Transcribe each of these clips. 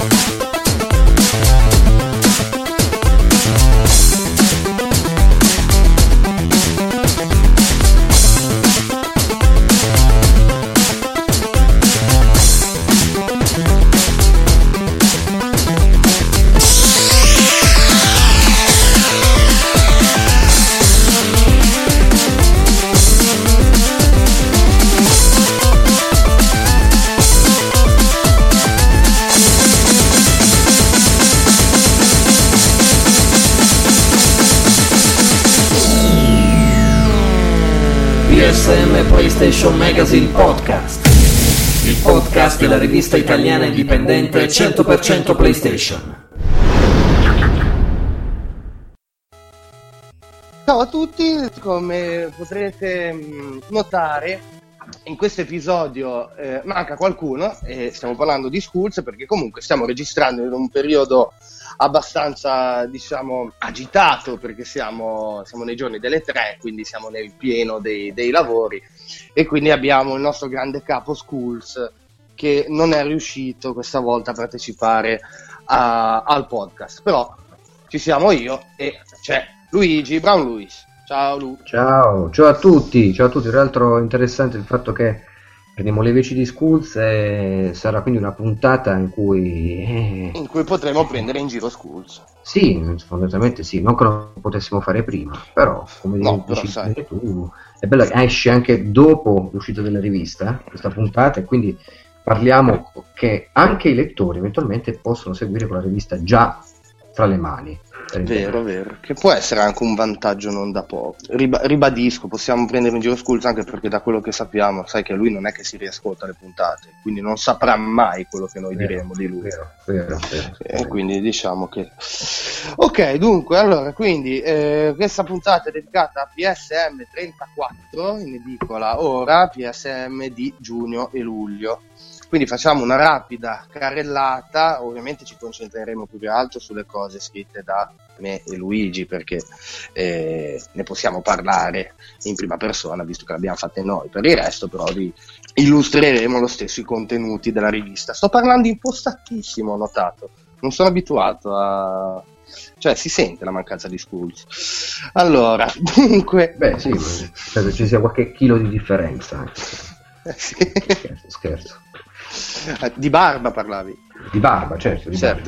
PSM PlayStation Magazine Podcast, il podcast della rivista italiana indipendente 100% PlayStation. Ciao a tutti, come potrete notare in questo episodio manca qualcuno e stiamo parlando di Skulls perché comunque stiamo registrando in un periodo abbastanza, diciamo, agitato perché siamo nei giorni delle 3, quindi siamo nel pieno dei lavori e quindi abbiamo il nostro grande capo Skulls che non è riuscito questa volta a partecipare al podcast, però ci siamo io e c'è Luigi Brown Luis. Ciao Lu. Ciao a tutti. Tra l'altro interessante il fatto che prendiamo le veci di Skulls e sarà quindi una puntata in cui potremo prendere in giro Skulls. Sì, fondamentalmente sì, non che non potessimo fare prima, però come dici tu, è bello che esce anche dopo l'uscita della rivista questa puntata e quindi parliamo che anche i lettori eventualmente possono seguire quella rivista già tra le mani. Vero, che può essere anche un vantaggio non da poco. Ribadisco, possiamo prendere in giro Skulls anche perché da quello che sappiamo, sai che lui non è che si riascolta le puntate, quindi non saprà mai quello che noi diremo di lui. Vero. E quindi diciamo che ok, dunque, allora, quindi questa puntata è dedicata a PSM 34 in edicola ora, PSM di giugno e luglio. Quindi facciamo una rapida carrellata, ovviamente ci concentreremo più che altro sulle cose scritte da me e Luigi perché ne possiamo parlare in prima persona visto che l'abbiamo fatte noi. Per il resto però vi illustreremo lo stesso i contenuti della rivista. Sto parlando impostatissimo, ho notato, non sono abituato a... cioè si sente la mancanza di Skulls. Allora, dunque... Beh sì, credo ci sia qualche chilo di differenza. Sì. Scherzo. Di barba parlavi? Di barba, certo. Certo.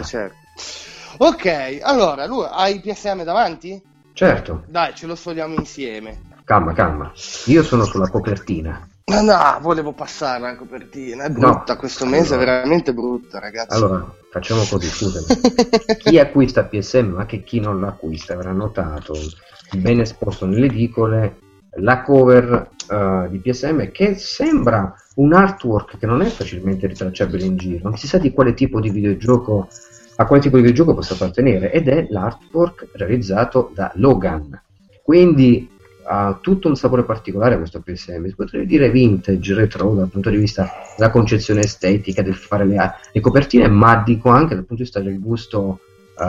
Ok, allora, lui hai il PSM davanti? Certo. Dai, ce lo soliamo insieme. Calma. Io sono sulla copertina. No, volevo passare la copertina. È brutta, no. Questo mese è veramente brutta, ragazzi. Allora, facciamo così, scusami. Chi acquista PSM, ma che chi non l'acquista, avrà notato, ben esposto nelle edicole, la cover di PSM che sembra un artwork che non è facilmente ritracciabile in giro, non si sa di quale tipo di videogioco possa appartenere, ed è l'artwork realizzato da Logan, quindi ha tutto un sapore particolare questo PSM, potrei dire vintage, retro dal punto di vista della concezione estetica del fare le copertine, ma dico anche dal punto di vista del gusto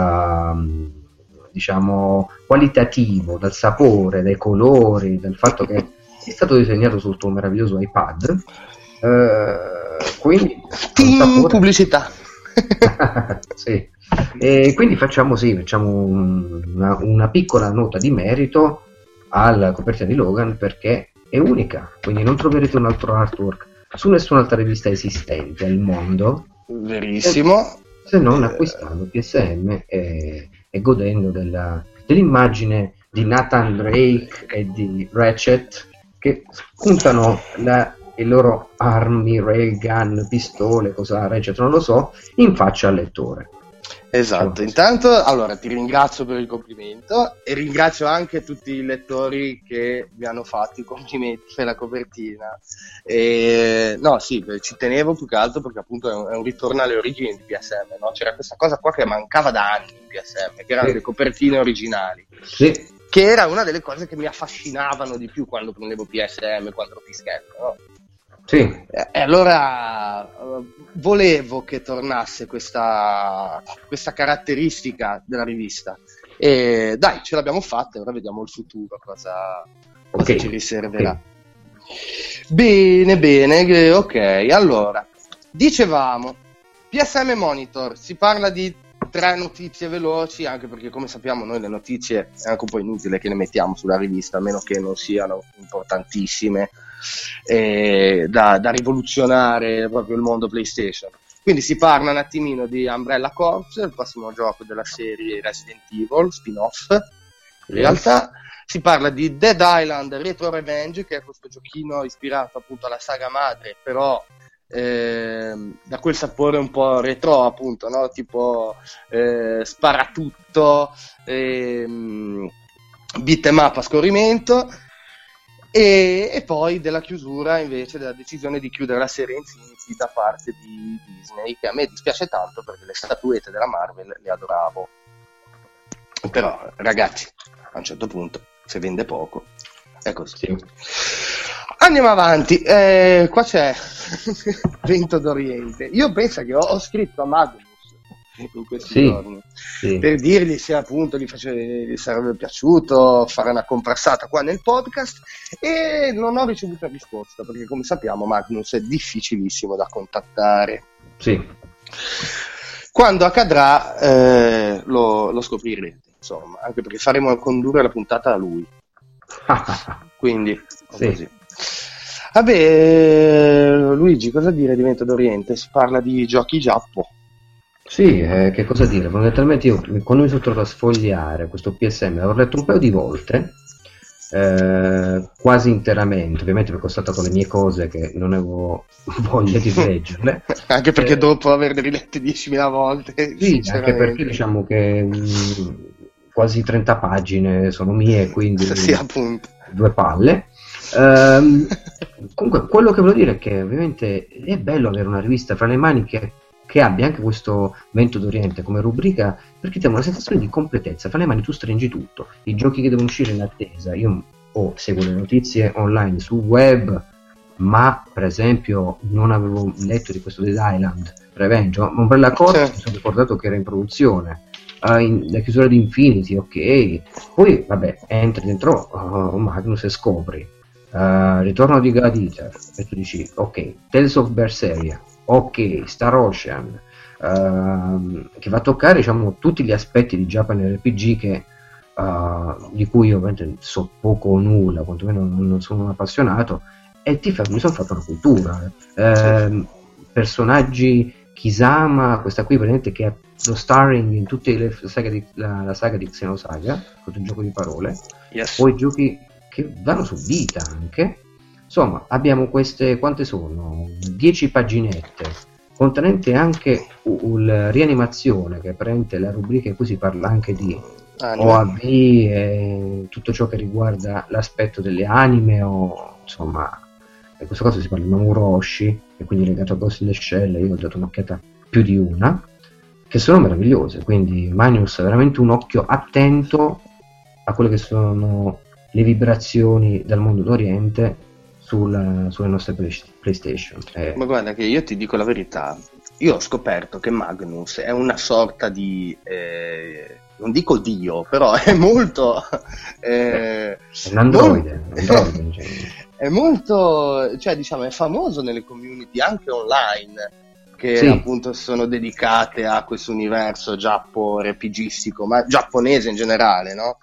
diciamo qualitativo, dal sapore, dai colori, dal fatto che è stato disegnato sul tuo meraviglioso iPad, quindi pubblicità. Sì. E quindi facciamo una piccola nota di merito alla copertina di Logan perché è unica, quindi non troverete un altro artwork su nessun'altra rivista esistente al mondo, verissimo, se non acquistando PSM e godendo dell'immagine di Nathan Drake e di Ratchet che puntano le loro armi, railgun, pistole, cosa Ratchet non lo so, in faccia al lettore. Esatto, intanto allora ti ringrazio per il complimento e ringrazio anche tutti i lettori che mi hanno fatto i complimenti per la copertina. No, sì, ci tenevo più che altro perché appunto è un ritorno alle origini di PSM, no? C'era questa cosa qua che mancava da anni in PSM, che erano le copertine originali. Sì. Che era una delle cose che mi affascinavano di più quando prendevo PSM, quando ero pischello, no? Sì. E allora volevo che tornasse questa caratteristica della rivista e dai, ce l'abbiamo fatta, ora vediamo il futuro cosa ci riserverà. Okay. Bene, ok, allora dicevamo PSM Monitor, si parla di 3 notizie veloci, anche perché come sappiamo noi le notizie è anche un po' inutile che le mettiamo sulla rivista, a meno che non siano importantissime da rivoluzionare proprio il mondo PlayStation. Quindi si parla un attimino di Umbrella Corps, il prossimo gioco della serie Resident Evil spin-off. In realtà si parla di Dead Island Retro Revenge, che è questo giochino ispirato appunto alla saga madre, però da quel sapore un po' retro, appunto, no? Tipo sparatutto, beat 'em up a scorrimento. E poi della chiusura, invece, della decisione di chiudere la serie Infinity da parte di Disney, che a me dispiace tanto perché le statuette della Marvel le adoravo. Però, ragazzi, a un certo punto, se vende poco, è così. Sì. Andiamo avanti. Qua c'è Vento d'Oriente. Io penso che ho scritto a Magnus in questi giorni per dirgli se appunto gli sarebbe piaciuto fare una compressata qua nel podcast, e non ho ricevuto risposta perché, come sappiamo, Magnus è difficilissimo da contattare. Sì. Quando accadrà lo scoprirete, insomma, anche perché faremo condurre la puntata a lui. Quindi così. Vabbè, Luigi, cosa dire di Vento d'Oriente? Si parla di giochi giappo. Sì, che cosa dire? Fondamentalmente io quando mi sono trovato a sfogliare questo PSM l'ho letto un paio di volte, quasi interamente, ovviamente perché ho saltato le mie cose che non avevo voglia di leggerle. Anche perché dopo averle rilette 10.000 volte. Sì, anche perché diciamo che quasi 30 pagine sono mie, quindi sì, appunto. 2 palle. Comunque quello che volevo dire è che ovviamente è bello avere una rivista fra le mani che abbia anche questo Vento d'Oriente come rubrica, perché ti dà una sensazione di completezza. Fra le mani tu stringi tutto, i giochi che devono uscire in attesa. Io seguo le notizie online sul web, ma per esempio non avevo letto di questo Dead Island Revenge. Umbrella Corps, mi sono ricordato che era in produzione. La chiusura di Infinity, ok, poi vabbè, entri dentro Magnus e scopri Ritorno di God Eater e tu dici ok, Tales of Berseria, ok, Star Ocean, che va a toccare, diciamo, tutti gli aspetti di Japan RPG che di cui io ovviamente so poco o nulla, quantomeno non sono un appassionato, e mi sono fatto una cultura. Personaggi Kisama, questa qui praticamente che ha lo starring in tutte le saghe la saga di Xenosaga, tutto il gioco di parole, poi giochi che vanno su vita anche. Insomma, abbiamo queste, quante sono? 10 paginette, contenente anche la rianimazione, che è praticamente la rubrica in cui si parla anche di OAV e tutto ciò che riguarda l'aspetto delle anime, o insomma, in questo caso si parla di Mamoru Oshii, e quindi legato a Ghost in the Shell. Io ho dato un'occhiata più di una, che sono meravigliose, quindi Magnus ha veramente un occhio attento a quelle che sono le vibrazioni dal mondo d'Oriente sulle nostre PlayStation. Ma guarda che io ti dico la verità, io ho scoperto che Magnus è una sorta di non dico Dio, però è molto è un androide, è molto, cioè diciamo, è famoso nelle community anche online, che appunto sono dedicate a questo universo RPG-istico, ma giapponese in generale, no?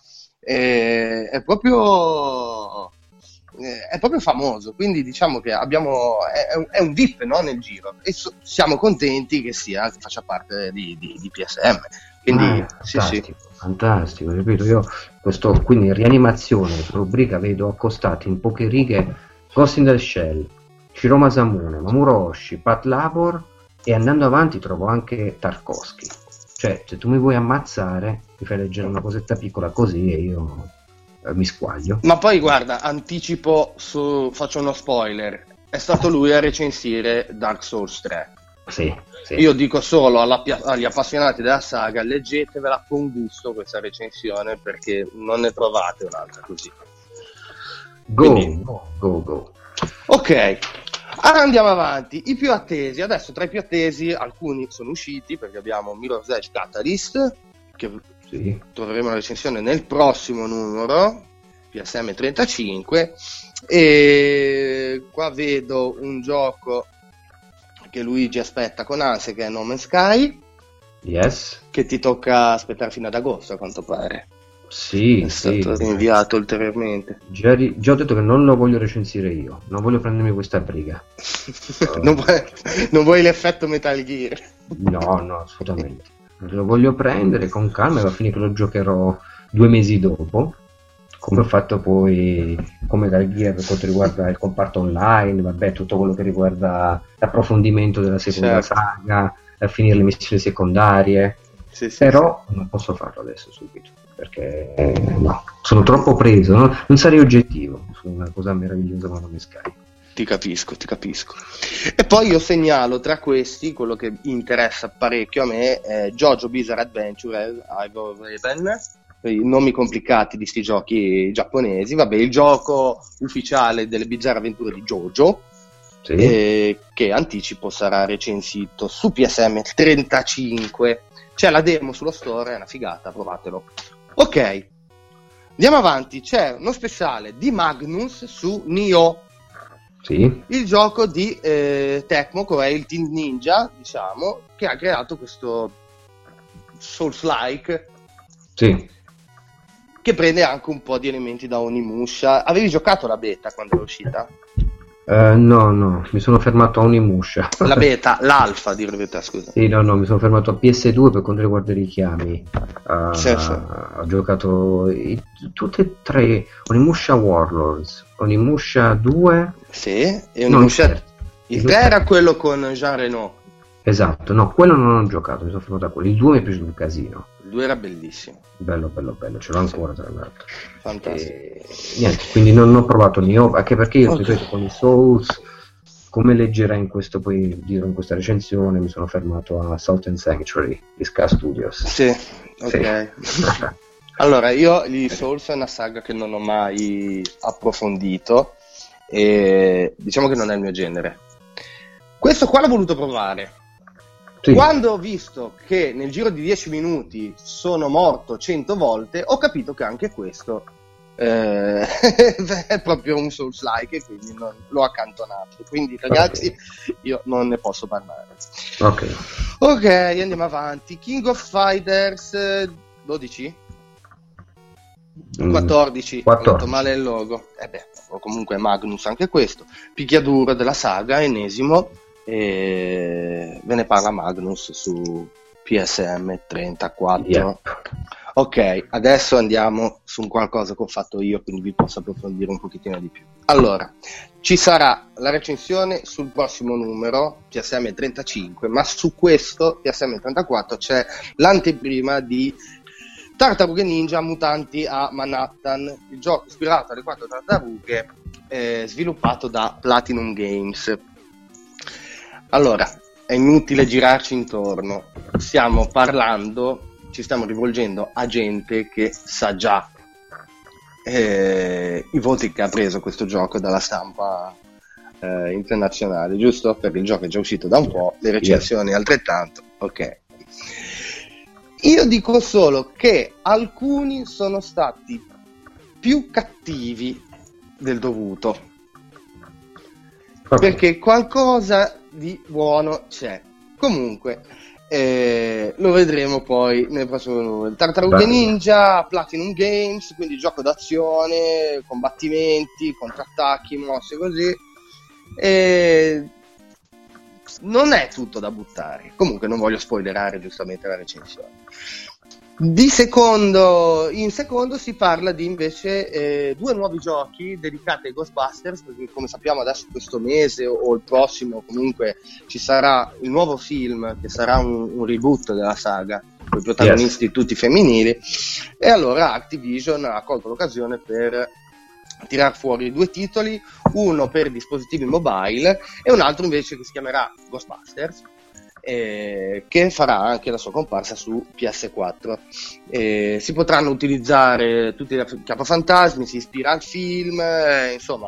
È proprio famoso, quindi diciamo che abbiamo è un VIP, no, nel giro, e siamo contenti che faccia parte di PSM, quindi fantastico, ripeto, io quindi rianimazione, rubrica, vedo accostati in poche righe Ghost in the Shell, Shiro Masamune, Mamoru Oshii, Pat Labor, e andando avanti trovo anche Tarkovsky. Cioè, se tu mi vuoi ammazzare, mi fai leggere una cosetta piccola così e io mi squaglio. Ma poi guarda, anticipo, faccio uno spoiler, è stato lui a recensire Dark Souls 3. Sì. Io dico solo agli appassionati della saga, leggetevela con gusto questa recensione, perché non ne trovate un'altra così. Go. Ok, andiamo avanti. I più attesi, adesso tra i più attesi alcuni sono usciti, perché abbiamo Mirror's Edge Catalyst, che troveremo la recensione nel prossimo numero, PSM 35, e qua vedo un gioco che Luigi aspetta con ansia, che è No Man's Sky, Yes. che ti tocca aspettare fino ad agosto, a quanto pare. Sì, È stato rinviato ulteriormente. Già ho detto che non lo voglio recensire io, non voglio prendermi questa briga. Non vuoi l'effetto Metal Gear? No, assolutamente. Lo voglio prendere con calma e va a finire che lo giocherò 2 mesi dopo, come ho fatto poi come Metal Gear per quanto riguarda il comparto online, vabbè, tutto quello che riguarda l'approfondimento della seconda saga, a finire le missioni secondarie. Sì, però non posso farlo adesso subito, perché no, sono troppo preso, no? Non sarei oggettivo su una cosa meravigliosa come No Man's Sky. Ti capisco. E poi io segnalo tra questi, quello che interessa parecchio a me è JoJo Bizarre Adventure Eivor Raven, i nomi complicati di sti giochi giapponesi. Vabbè, il gioco ufficiale delle bizzarre avventure di JoJo, sì. Che anticipo sarà recensito su PSM 35. C'è la demo sullo store, è una figata, provatelo. Ok, andiamo avanti. C'è uno speciale di Magnus su Nioh. Sì. Il gioco di Tecmo, che è il Team Ninja, diciamo, che ha creato questo Souls-like, sì, che prende anche un po' di elementi da Onimusha. Avevi giocato la beta quando è uscita? No, mi sono fermato a Onimusha. La beta, l'alfa, a dire la verità, scusa. Sì, no, mi sono fermato a PS2 per quanto riguarda i richiami. Sì. Ho giocato tutte e 3, Onimusha Warlords, Onimusha 2. Sì, e Onimusha. Il 3 era quello con Jean Reno. Esatto, no, quello non ho giocato, mi sono fermato a quello. Il 2 mi è piaciuto un casino. Il 2 era bellissimo. Bello, ce l'ho ancora tra l'altro. Fantastico. Niente, quindi non ho provato Nioh, anche perché io ripeto, con i Souls, come leggerai in questo, poi dirò in questa recensione, mi sono fermato a Salt and Sanctuary di Ska Studios. Sì, ok. Sì. Allora, io gli Souls è una saga che non ho mai approfondito e diciamo che non è il mio genere. Questo qua l'ho voluto provare. Sì. Quando ho visto che nel giro di 10 minuti sono morto 100 volte, ho capito che anche questo è proprio un Souls-like, e quindi l'ho accantonato. Quindi ragazzi, io non ne posso parlare. Ok, andiamo avanti. King of Fighters 12? 14. Ho detto male il logo. Comunque Magnus anche questo. Picchiaduro della saga, ennesimo. E ve ne parla Magnus su PSM 34. Yep. Ok, adesso andiamo su qualcosa che ho fatto io, quindi vi posso approfondire un pochettino di più. Allora, ci sarà la recensione sul prossimo numero PSM 35, ma su questo PSM 34 c'è l'anteprima di Tartarughe Ninja Mutanti a Manhattan, il gioco ispirato alle 4 tartarughe, sviluppato da Platinum Games. Allora, è inutile girarci intorno, ci stiamo rivolgendo a gente che sa già i voti che ha preso questo gioco dalla stampa internazionale, giusto? Perché il gioco è già uscito da un po', le recensioni altrettanto, ok. Io dico solo che alcuni sono stati più cattivi del dovuto, perché qualcosa di buono c'è. Comunque lo vedremo poi nel prossimo numero. Tartarughe Ninja, Platinum Games, quindi gioco d'azione, combattimenti, contrattacchi, mosse così. Non è tutto da buttare. Comunque non voglio spoilerare giustamente la recensione. In secondo si parla di invece 2 nuovi giochi dedicati ai Ghostbusters, perché come sappiamo adesso questo mese o il prossimo comunque ci sarà il nuovo film che sarà un reboot della saga con i protagonisti tutti femminili, e allora Activision ha colto l'occasione per tirar fuori 2 titoli, uno per dispositivi mobile e un altro invece che si chiamerà Ghostbusters, che farà anche la sua comparsa su PS4. Si potranno utilizzare tutti i capofantasmi, si ispira al film, insomma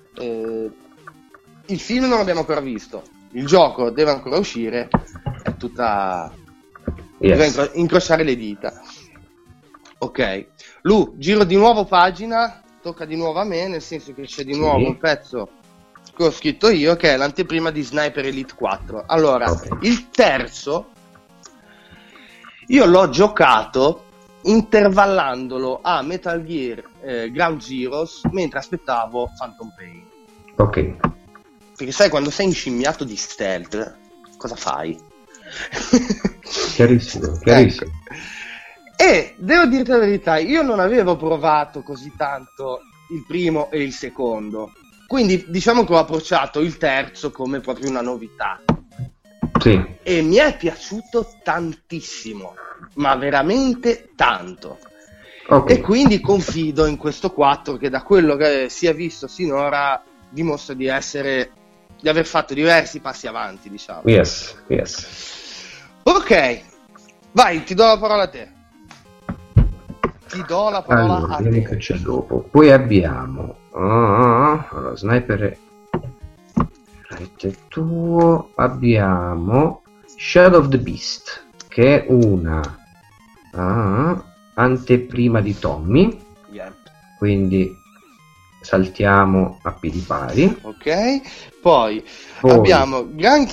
il film non l'abbiamo ancora visto, il gioco deve ancora uscire, è tutta deve incrociare le dita. Ok, Lu, giro di nuovo pagina, tocca di nuovo a me, nel senso che c'è di nuovo un pezzo che ho scritto io, che è l'anteprima di Sniper Elite 4. Allora, il terzo io l'ho giocato intervallandolo a Metal Gear Ground Zeroes mentre aspettavo Phantom Pain. Ok. Perché sai, quando sei inscimmiato di stealth, cosa fai? Chiarissimo. Ecco. E devo dirti la verità, io non avevo provato così tanto il primo e il secondo, quindi diciamo che ho approcciato il terzo come proprio una novità. Sì. E mi è piaciuto tantissimo, ma veramente tanto. Okay. E quindi confido in questo 4 che, da quello che si è visto sinora, dimostra di aver fatto diversi passi avanti, diciamo. Yes. Ok, vai, ti do la parola a te. Allora, vediamo che c'è dopo. Poi abbiamo allora, Sniper Right tuo. Abbiamo Shadow of the Beast, che è una anteprima di Tommy. Yeah. Quindi saltiamo a piedi pari. Ok, poi abbiamo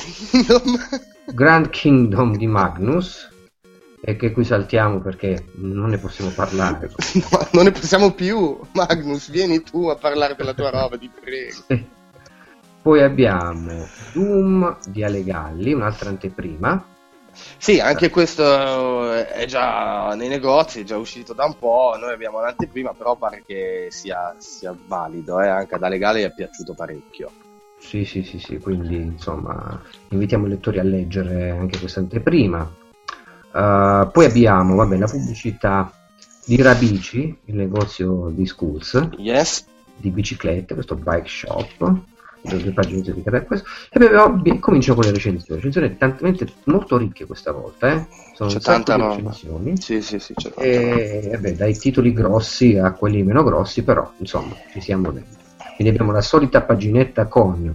Grand Kingdom di Magnus, e che qui saltiamo perché non ne possiamo parlare. No, non ne possiamo più. Magnus, vieni tu a parlare per la tua roba, ti prego. Poi abbiamo Doom di Ale Galli, un'altra anteprima. Sì, anche questo è già nei negozi, è già uscito da un po'. Noi abbiamo l'anteprima, però pare che sia valido, anche ad Ale Galli è piaciuto parecchio. Sì, quindi insomma invitiamo i lettori a leggere anche questa anteprima. Poi abbiamo la pubblicità di Rabici, il negozio di Schools, yes, di biciclette, questo bike shop, due pagine dedicate a questo. E cominciamo con le recensioni tantamente molto ricche questa volta, sono c'è tanta roba. Recensioni. Sì, c'è tanta e dai titoli grossi a quelli meno grossi, però insomma ci siamo dentro. Quindi abbiamo la solita paginetta con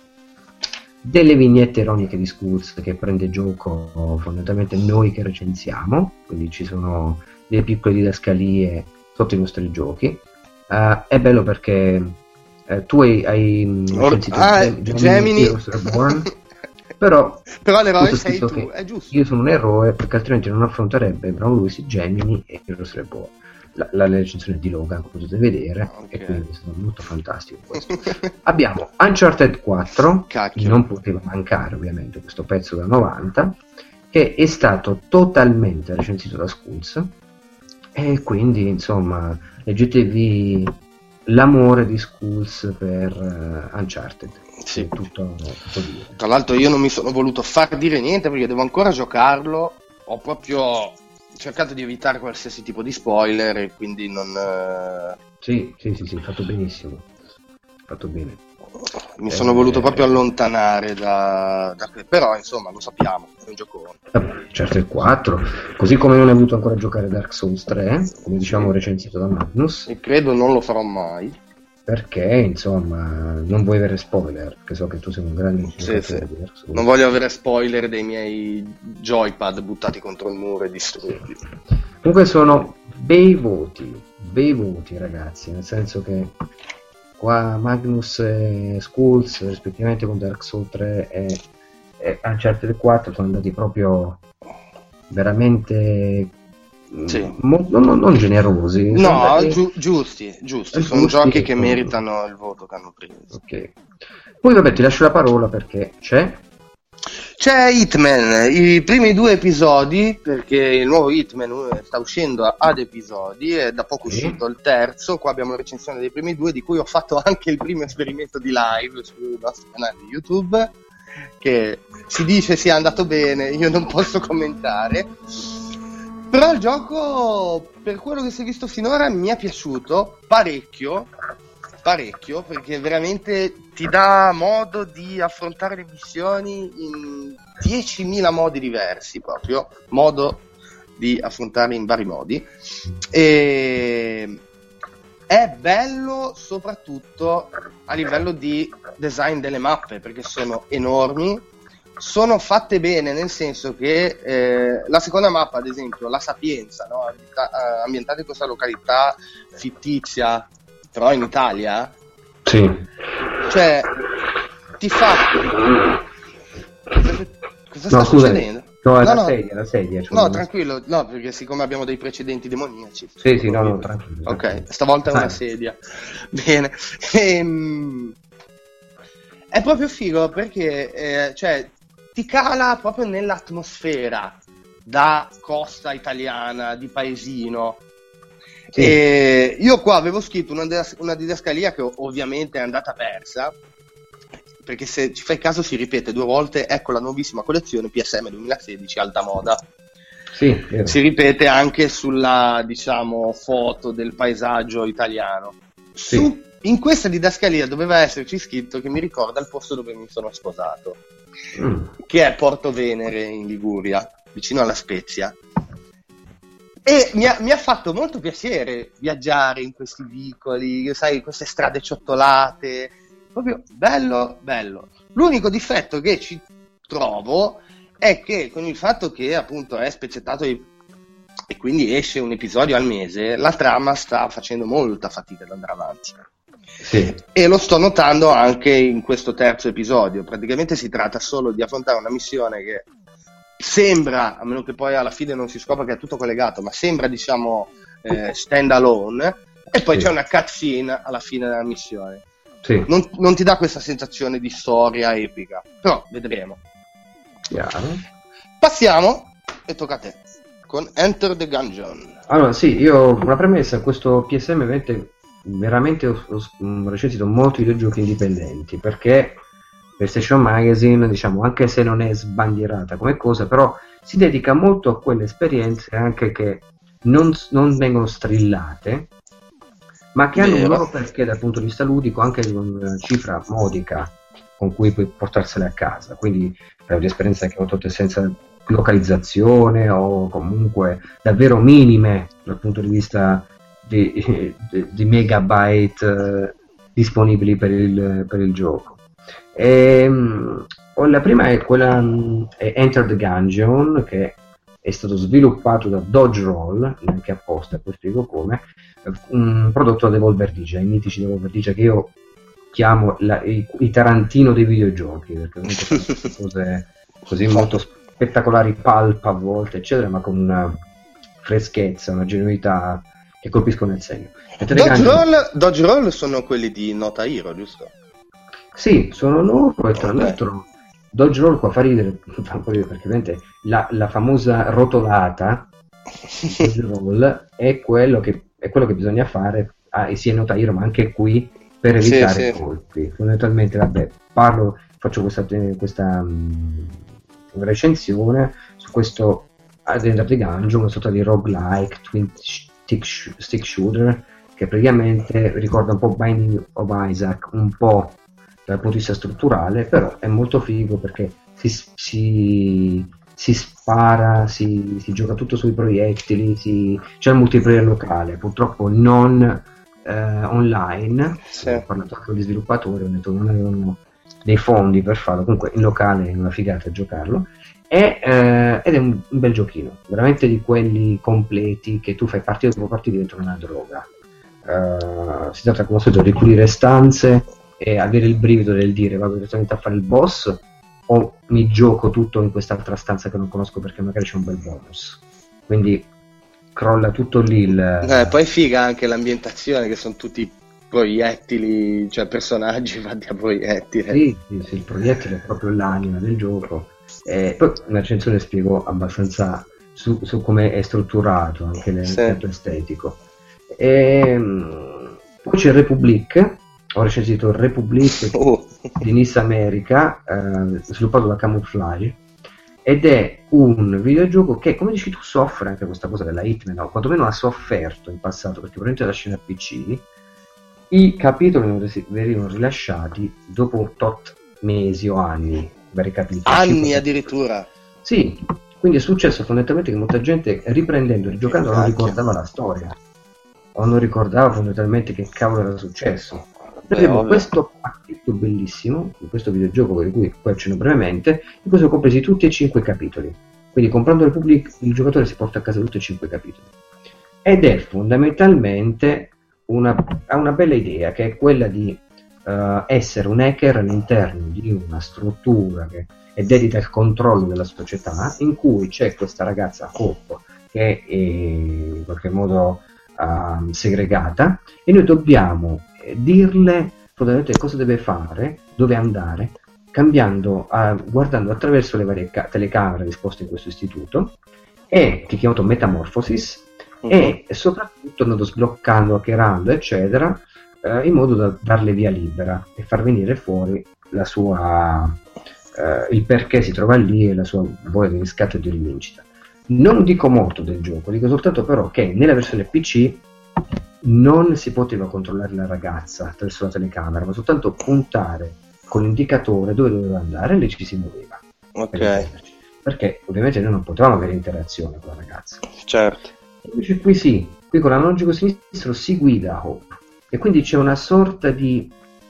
delle vignette ironiche di Schools che prende gioco fondamentalmente noi che recensiamo, quindi ci sono delle piccole didascalie sotto i nostri giochi. È bello perché tu hai recensito Gemini Heroes Reborn, però l'eroe sei tu, è giusto. Io sono un eroe perché altrimenti non affronterebbe Brown Lewis, Gemini e Heroes Reborn. La recensione di Logan, come potete vedere, e quindi è stato molto fantastico questo. Abbiamo Uncharted 4, che non poteva mancare ovviamente questo pezzo da 90, che è stato totalmente recensito da Schools, e quindi insomma leggetevi l'amore di Schools per Uncharted. Sì. Tutto dire. Tra l'altro io non mi sono voluto far dire niente perché devo ancora giocarlo, ho proprio cercato di evitare qualsiasi tipo di spoiler e quindi non... Sì, fatto benissimo, fatto bene. Mi sono voluto proprio allontanare da però insomma lo sappiamo, è un gioco. Certo, il 4, così come non hai voluto ancora giocare Dark Souls 3, come diciamo recensito da Magnus. E credo non lo farò mai. Perché insomma non vuoi avere spoiler, perché so che tu sei un grande sì. Non voglio avere spoiler dei miei joypad buttati contro il muro e distrutti. Comunque sono bei voti ragazzi, nel senso che qua Magnus e Schools rispettivamente con Dark Souls 3 e Uncharted 4 sono andati proprio veramente non generosi, no, giusti, sono giochi che meritano il voto che hanno preso. Ok, poi ti lascio la parola perché c'è Hitman, i primi 2 episodi, perché il nuovo Hitman sta uscendo ad episodi, è da poco uscito il terzo. Qua abbiamo la recensione dei primi 2, di cui ho fatto anche il primo esperimento di live sul nostro canale di YouTube, che si dice sia andato bene, io non posso commentare. Però il gioco, per quello che si è visto finora, mi è piaciuto parecchio, perché veramente ti dà modo di affrontare le missioni in 10.000 modi diversi, proprio modo di affrontarle in vari modi. E è bello soprattutto a livello di design delle mappe, perché sono enormi, sono fatte bene, nel senso che la seconda mappa, ad esempio la Sapienza, no? Ambientata in questa località fittizia però in Italia, sì, cioè fatti. Cosa sta No, scusa, succedendo? no, è la sedia. Cioè No, tranquillo, no, perché siccome abbiamo dei precedenti demoniaci. Sì, no, tranquillo. Ok, stavolta è una sedia. Bene. È proprio figo perché cioè, ti cala proprio nell'atmosfera da costa italiana, di paesino. Sì. E io qua avevo scritto una didascalia che ovviamente è andata persa, perché se ci fai caso si ripete 2 volte. Ecco la nuovissima collezione PSM 2016 alta moda. Sì, vero. Si ripete anche sulla, diciamo, foto del paesaggio italiano. Sì. In questa didascalia doveva esserci scritto che mi ricorda il posto dove mi sono sposato, che è Porto Venere in Liguria, vicino alla Spezia. E mi ha fatto molto piacere viaggiare in questi vicoli, sai, queste strade ciottolate, proprio bello. L'unico difetto che ci trovo è che con il fatto che appunto è spezzettato e quindi esce un episodio al mese, la trama sta facendo molta fatica ad andare avanti. Sì. E lo sto notando anche in questo terzo episodio. Praticamente si tratta solo di affrontare una missione che sembra, a meno che poi alla fine non si scopra che è tutto collegato, ma sembra, diciamo, stand alone, e poi c'è una cutscene alla fine della missione. Sì. Non ti dà questa sensazione di storia epica, però vedremo. Chiaro. Passiamo, e tocca a te, con Enter the Gungeon. Allora, sì, io una premessa, questo PSM veramente ho recensito molti videogiochi indipendenti, perché PlayStation Magazine, diciamo, anche se non è sbandierata come cosa, però si dedica molto a quelle esperienze anche che non vengono strillate, ma che hanno un loro perché dal punto di vista ludico, anche con una cifra modica con cui puoi portarsele a casa. Quindi è un'esperienza che ho avuto senza localizzazione o comunque davvero minime dal punto di vista di megabyte disponibili per il gioco. La prima è quella è Enter the Gungeon, che è stato sviluppato da Dodge Roll, neanche apposta, poi spiego come, un prodotto da Devolver Digital, i mitici Devolver Digital, che io chiamo i Tarantino dei videogiochi, perché comunque fanno cose così molto spettacolari, pulp a volte, eccetera, ma con una freschezza, una genuinità che colpiscono nel segno. Dodge Roll sono quelli di Nota Hero, giusto? Sì, sono loro, e tra l'altro Dodge Roll qua fa ridere perché ovviamente la famosa rotolata Dodge Roll è quello che bisogna fare sia in Nota Hero ma anche qui per evitare i colpi. Fondamentalmente, faccio questa recensione su questo Enter the Gungeon, una sorta di roguelike twin stick shooter che praticamente ricorda un po' Binding of Isaac, un po' dal punto di vista strutturale, però è molto figo perché si spara, si gioca tutto sui proiettili, c'è il multiplayer locale, purtroppo non online. Ho parlato anche con gli sviluppatori, ho detto che non avevano dei fondi per farlo, comunque in locale è una figata giocarlo, ed è un bel giochino, veramente di quelli completi che tu fai partita dopo partita dentro una droga. Si tratta come al solito di pulire stanze e avere il brivido del dire vado direttamente a fare il boss o mi gioco tutto in quest'altra stanza che non conosco perché magari c'è un bel bonus, quindi crolla tutto lì poi figa anche l'ambientazione, che sono tutti proiettili, cioè personaggi fatti a proiettili. Sì, il proiettile è proprio l'anima del gioco. Poi una recensione spiego abbastanza su come è strutturato anche l'aspetto estetico. Poi c'è Republic, ho recensito Republic di Nice America, sviluppato da Camouflage, ed è un videogioco che, come dici tu, soffre anche questa cosa della Hitman, o quantomeno ha sofferto in passato, perché probabilmente la scena PC i capitoli venivano rilasciati dopo tot mesi o anni, vari capitoli. Anni addirittura? Sì, quindi è successo fondamentalmente che molta gente, riprendendo e rigiocando, non ricordava la storia, o non ricordava fondamentalmente che cavolo era successo. Abbiamo questo pacchetto bellissimo, questo videogioco di cui poi accenno brevemente, in cui sono compresi tutti e 5 capitoli. Quindi comprando Republic il giocatore si porta a casa tutti e 5 capitoli. Ed è fondamentalmente ha una bella idea, che è quella di essere un hacker all'interno di una struttura che è dedita al controllo della società, in cui c'è questa ragazza Hope che è in qualche modo segregata, e noi dobbiamo dirle fondamentalmente cosa deve fare, dove andare, guardando attraverso le varie telecamere disposte in questo istituto, e che chiamato Metamorphosis, e soprattutto andando sbloccando, hackerando eccetera, in modo da darle via libera e far venire fuori la sua il perché si trova lì e la sua voglia di riscatto e di rivincita. Non dico molto del gioco, dico soltanto però che nella versione PC non si poteva controllare la ragazza attraverso la telecamera, ma soltanto puntare con l'indicatore dove doveva andare e lei ci si muoveva. Ok. Perché ovviamente noi non potevamo avere interazione con la ragazza. Certo. Invece qui sì, qui con l'analogico sinistro si guida Hope, e quindi c'è una sorta di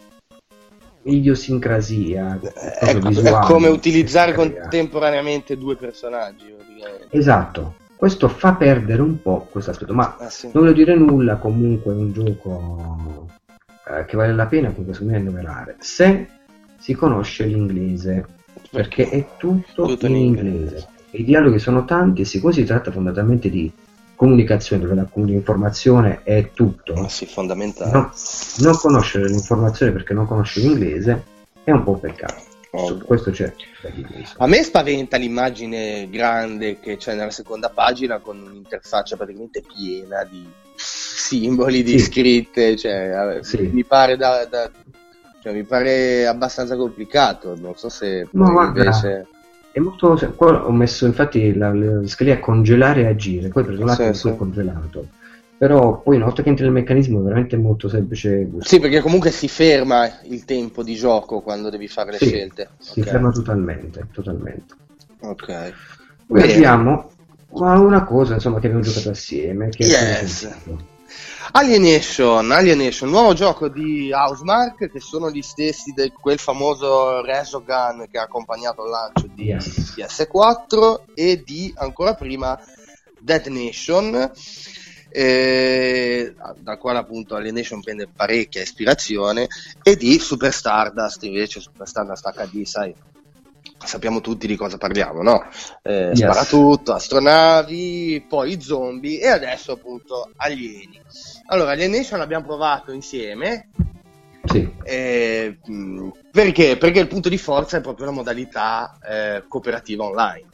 idiosincrasia è come utilizzare contemporaneamente due personaggi, praticamente. Esatto, questo fa perdere un po' questo aspetto, ma sì. non voglio dire nulla, comunque è un gioco che vale la pena comunque secondo me annoverare se si conosce l'inglese, perché è tutto in inglese. I dialoghi sono tanti e siccome si tratta fondamentalmente di comunicazione, dove la informazione è tutto, sì, fondamentale. Non conoscere l'informazione perché non conosce l'inglese è un po' un peccato. Su questo c'è da dire. A me spaventa l'immagine grande che c'è nella seconda pagina, con un'interfaccia praticamente piena di simboli, di scritte, cioè, mi pare mi pare abbastanza complicato. Non so se invece è molto. Qua ho messo infatti la scheda a congelare e agire, poi per un attimo è congelato, però poi una volta che entri nel meccanismo è veramente molto semplice. Sì, perché comunque si ferma il tempo di gioco quando devi fare le scelte. Si ferma totalmente. Ok. Poi abbiamo una cosa insomma che abbiamo giocato assieme, che Alienation, nuovo gioco di Housemarque, che sono gli stessi di quel famoso Resogun che ha accompagnato il lancio di PS4 e di ancora prima Dead Nation, dal quale appunto Alienation prende parecchia ispirazione, e di Super Stardust, invece Super Stardust HD, sai, sappiamo tutti di cosa parliamo, no? Sparatutto, astronavi, poi zombie e adesso appunto alieni. Allora, Alienation l'abbiamo provato insieme. Sì. Perché? Perché il punto di forza è proprio la modalità cooperativa online.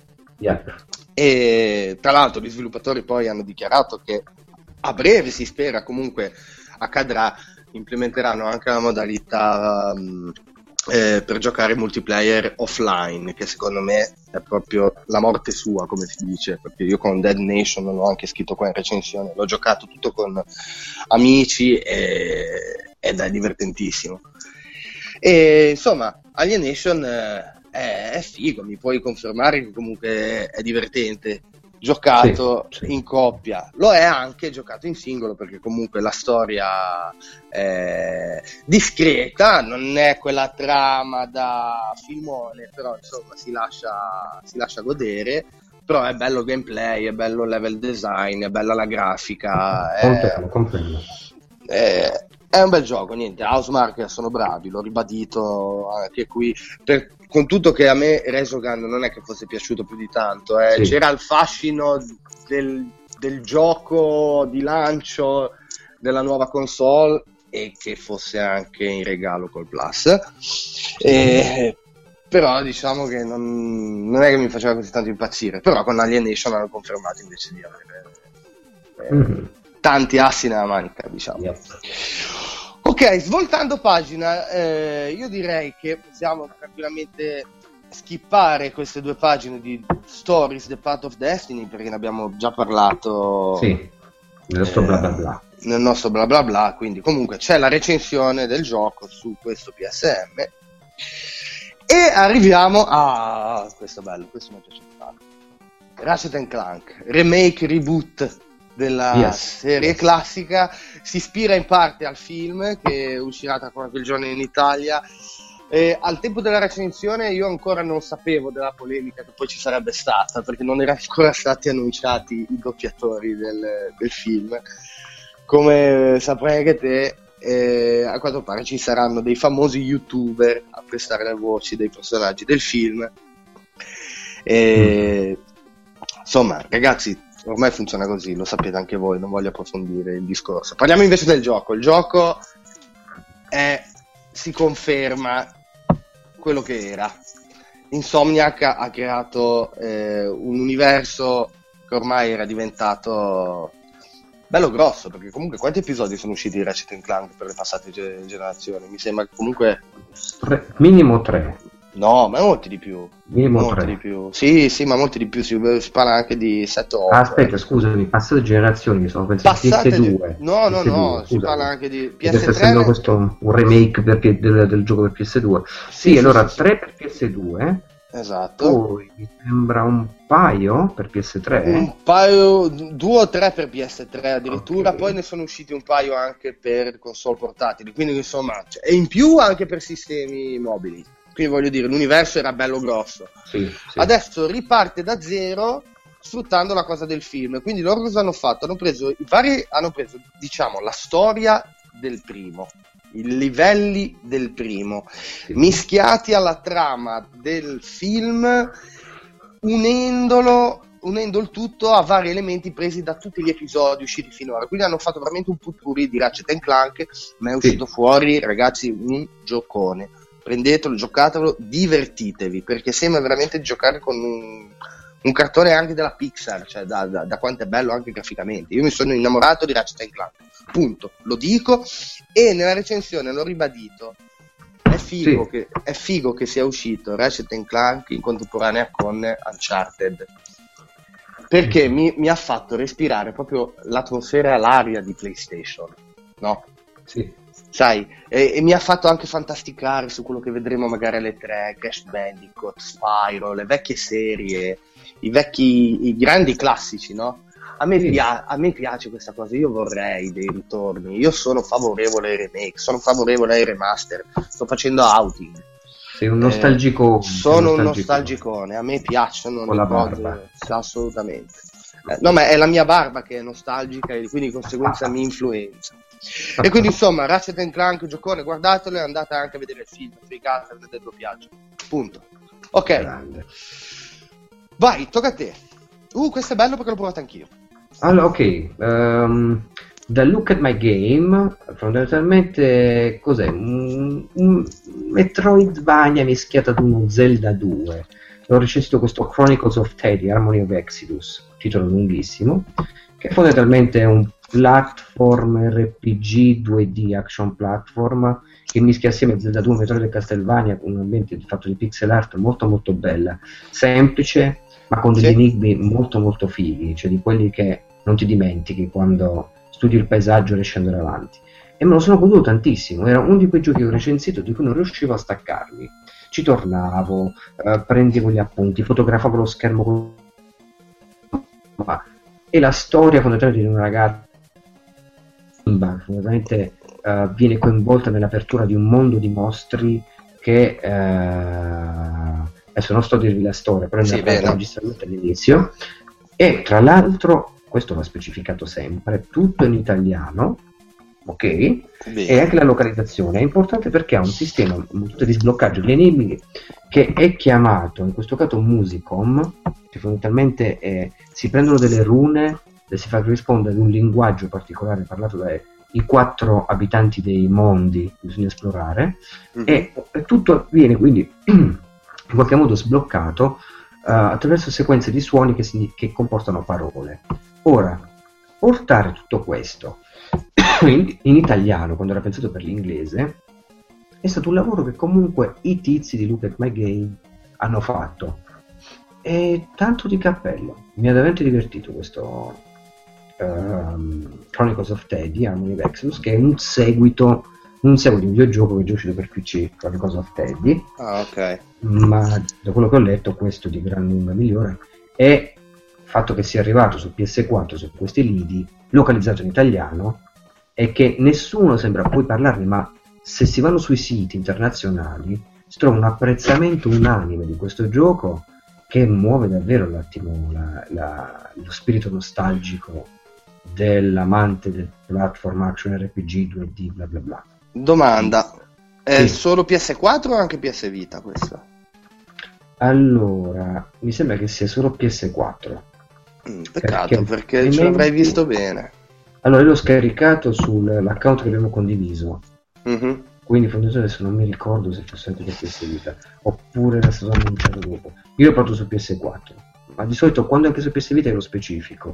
E tra l'altro gli sviluppatori poi hanno dichiarato che a breve, si spera, comunque accadrà, implementeranno anche la modalità per giocare multiplayer offline, che secondo me è proprio la morte sua, come si dice, perché io con Dead Nation l'ho anche scritto qua in recensione, l'ho giocato tutto con amici ed è divertentissimo. E insomma, Alienation è figo, mi puoi confermare che comunque è divertente, giocato in coppia, lo è anche giocato in singolo, perché comunque la storia è discreta, non è quella trama da filmone, però insomma si lascia godere, però è bello gameplay, è bello level design, è bella la grafica, confermo. È un bel gioco, niente, Housemarque sono bravi, l'ho ribadito anche qui, con tutto che a me Resogun non è che fosse piaciuto più di tanto, c'era il fascino del gioco di lancio della nuova console, e che fosse anche in regalo col Plus, però diciamo che non è che mi faceva così tanto impazzire, però con Alienation hanno confermato invece di avere tanti assi nella manica, diciamo. Ok, svoltando pagina, io direi che possiamo tranquillamente skippare queste due pagine di Stories, The Path of Destiny, perché ne abbiamo già parlato nel nostro bla bla bla. Nel nostro bla bla bla, quindi comunque c'è la recensione del gioco su questo PSM, e arriviamo a questo bello, questo mi piace tanto, Ratchet & Clank remake, reboot della serie classica. Si ispira in parte al film che uscirà tra qualche giorno in Italia. Al tempo della recensione io ancora non sapevo della polemica che poi ci sarebbe stata, perché non erano ancora stati annunciati i doppiatori del film. Come saprai anche te, a quanto pare ci saranno dei famosi youtuber a prestare le voci dei personaggi del film. Insomma, ragazzi, ormai funziona così, lo sapete anche voi, non voglio approfondire il discorso. Parliamo invece del gioco. Il gioco si conferma quello che era. Insomniac ha creato un universo che ormai era diventato bello grosso, perché comunque quanti episodi sono usciti di Ratchet & Clank per le passate generazioni? Mi sembra che comunque minimo 3. No, ma molti di più. Minimo molti 3. di più. Sì, ma molti di più. Si parla anche di 7-8. Aspetta, scusami, passate generazioni, mi sono pensato PS2. No, si parla anche di PS3. Sta essendo questo un remake del gioco per PS2. Sì, allora 3 per PS2. Esatto. Poi mi sembra un paio per PS3. Un paio, 2 o 3 per PS3 addirittura, Okay. Poi ne sono usciti un paio anche per console portatili, quindi insomma, e in più anche per sistemi mobili. Quindi voglio dire, l'universo era bello grosso. Sì. Adesso riparte da zero sfruttando la cosa del film. Quindi loro cosa hanno fatto? Hanno preso diciamo la storia del primo, i livelli del primo, mischiati alla trama del film, unendo il tutto a vari elementi presi da tutti gli episodi usciti finora. Quindi hanno fatto veramente un potpourri di Ratchet & Clank, ma è uscito fuori, ragazzi, un giocone. Prendetelo, giocatelo, divertitevi, perché sembra veramente di giocare con un cartone anche della Pixar, cioè da quanto è bello anche graficamente. Io mi sono innamorato di Ratchet & Clank, punto, lo dico, e nella recensione l'ho ribadito. È figo che sia uscito Ratchet & Clank in contemporanea con Uncharted, perché mi ha fatto respirare proprio l'atmosfera e l'aria di PlayStation, no? Sì. Sai, e mi ha fatto anche fantasticare su quello che vedremo magari alle 3, Crash Bandicoot, Spyro, le vecchie serie, i grandi classici, no? A me piace questa cosa, io vorrei dei ritorni, io sono favorevole ai remake, sono favorevole ai remaster, sto facendo outing. Sei un nostalgico. Sono un nostalgicone, a me piacciono con le la cose, barba. assolutamente. No, ma è la mia barba che è nostalgica e quindi di conseguenza mi influenza. E quindi insomma, Ratchet & Clank, giocone, guardatelo e andate anche a vedere il film, sfigate del doppiaggio. Punto. Ok. Grande. Vai, tocca a te. Questo è bello perché l'ho provato anch'io. Allora, ok. Da Look at My Game, fondamentalmente cos'è? Un Metroidvania mischiato ad uno Zelda 2. Ho recensito questo Chronicles of Teddy, Harmony of Exodus, titolo lunghissimo, che fondamentalmente è un platform RPG 2D action platform che mischia assieme Zelda 2, Metroid e Castlevania con un ambiente fatto di pixel art molto molto bella, semplice ma con degli enigmi molto molto fighi, cioè di quelli che non ti dimentichi quando studi il paesaggio e riesci ad andare avanti. E me lo sono goduto tantissimo, era uno di quei giochi che ho recensito di cui non riuscivo a staccarmi. Ci tornavo, prendevo gli appunti, fotografavo lo schermo e la storia fondamentalmente di una ragazza fondamentalmente viene coinvolta nell'apertura di un mondo di mostri che adesso non sto a dirvi la storia, però ne ho registrata all'inizio, e tra l'altro questo va specificato sempre, tutto in italiano, ok? Bene. E anche la localizzazione è importante perché ha un sistema di sbloccaggio di enigmi che è chiamato in questo caso Musicom, che fondamentalmente si prendono delle rune e si fa rispondere ad un linguaggio particolare parlato dai 4 abitanti dei mondi che bisogna esplorare, e tutto viene quindi in qualche modo sbloccato attraverso sequenze di suoni che comportano parole. Ora, portare tutto questo in italiano, quando era pensato per l'inglese, è stato un lavoro che comunque i tizi di Look at My Game hanno fatto, e tanto di cappello. Mi ha veramente divertito questo Chronicles of Teddy, Harmony of Exodus, che è un seguito di un videogioco che è già uscito per PC, Chronicles of Teddy. Ok. Ma da quello che ho letto questo di gran lunga migliore, e il fatto che sia arrivato su PS4 su questi lidi localizzato in italiano, e che nessuno sembra poi parlarne, ma se si vanno sui siti internazionali si trova un apprezzamento unanime di questo gioco che muove davvero un attimo lo spirito nostalgico dell'amante del platform action RPG 2D bla bla bla. Domanda, è Sì. solo PS4 o anche PS Vita questa? Allora, mi sembra che sia solo PS4. Peccato, perché ce altrimenti- l'avrei visto bene. Allora, io l'ho scaricato sull'account che abbiamo condiviso, Mhm. quindi fondamentalmente adesso non mi ricordo se fosse anche per PS Vita oppure era stato annunciato dopo. Io l'ho portato su PS4, ma di solito quando è anche su PS Vita è lo specifico.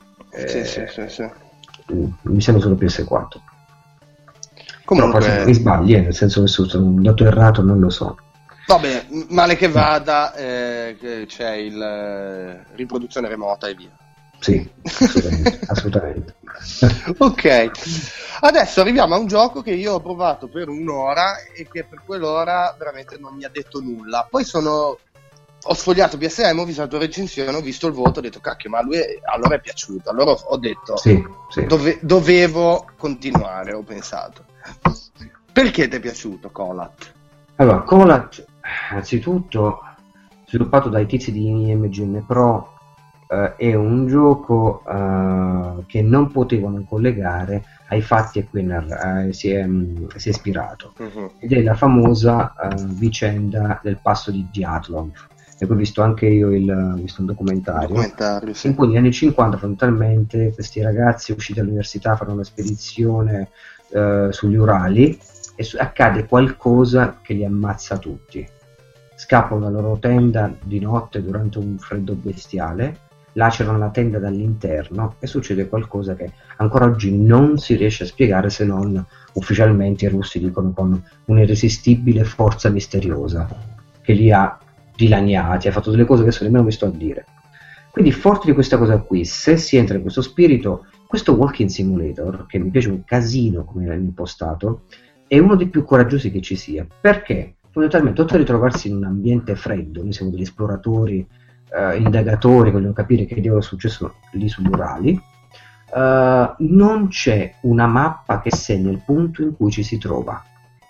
Sì. Mi sembra solo PS4. Comunque, Però poi mi sbagli, nel senso che sono un dato errato, non lo so. vabbè, male che vada, che c'è il riproduzione remota e via. Sì, assolutamente. Assolutamente. Ok, adesso arriviamo a un gioco che io ho provato per un'ora e che per quell'ora veramente non mi ha detto nulla. Poi ho sfogliato PSM, ho visto la tua recensione, ho visto il voto, ho detto cacchio, ma a lui allora è piaciuto. Allora ho detto Sì. dovevo continuare, ho pensato. Perché ti è piaciuto Colat? Allora, Colat, innanzitutto, sviluppato dai tizi di IMGN Pro, è un gioco che non potevano collegare ai fatti a cui si è ispirato, ed è la famosa vicenda del passo di Dyatlov. E poi ho visto anche io visto un documentario Sì. in cui negli anni 50 fondamentalmente questi ragazzi usciti dall'università fanno una spedizione sugli Urali e accade qualcosa che li ammazza tutti. Scappano dalla loro tenda di notte durante un freddo bestiale, lacerano la tenda dall'interno e succede qualcosa che ancora oggi non si riesce a spiegare, se non ufficialmente i russi dicono con un'irresistibile forza misteriosa che li ha dilaniati, ha fatto delle cose che adesso nemmeno mi sto a dire. Quindi forte di questa cosa qui, se si entra in questo spirito, questo Walking Simulator, che mi piace un casino come l'hanno impostato, è uno dei più coraggiosi che ci sia, perché fondamentalmente oltre a ritrovarsi in un ambiente freddo, noi siamo degli esploratori, indagatori, vogliono capire che diavolo è successo lì sugli Urali, non c'è una mappa che segna il punto in cui ci si trova.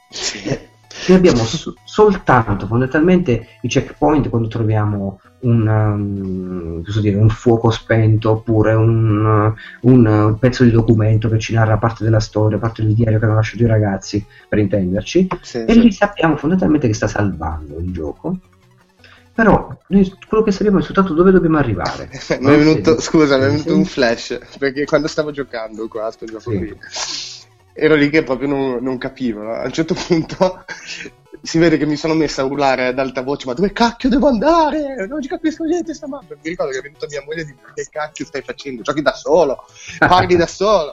Noi abbiamo soltanto fondamentalmente i checkpoint quando troviamo un fuoco spento oppure un pezzo di documento che ci narra parte della storia, parte del diario che hanno lasciato i ragazzi, per intenderci, e lì sappiamo fondamentalmente che sta salvando il gioco. Però noi quello che sappiamo è soltanto dove dobbiamo arrivare. Mi è venuto un flash, perché quando stavo giocando qua a sto gioco qui, ero lì che proprio non capivo, no? A un certo punto si vede che mi sono messa a urlare ad alta voce: ma dove cacchio devo andare? Non ci capisco niente sta mappa. Mi ricordo che è venuta mia moglie di che cacchio stai facendo? Giochi da solo, parli da solo.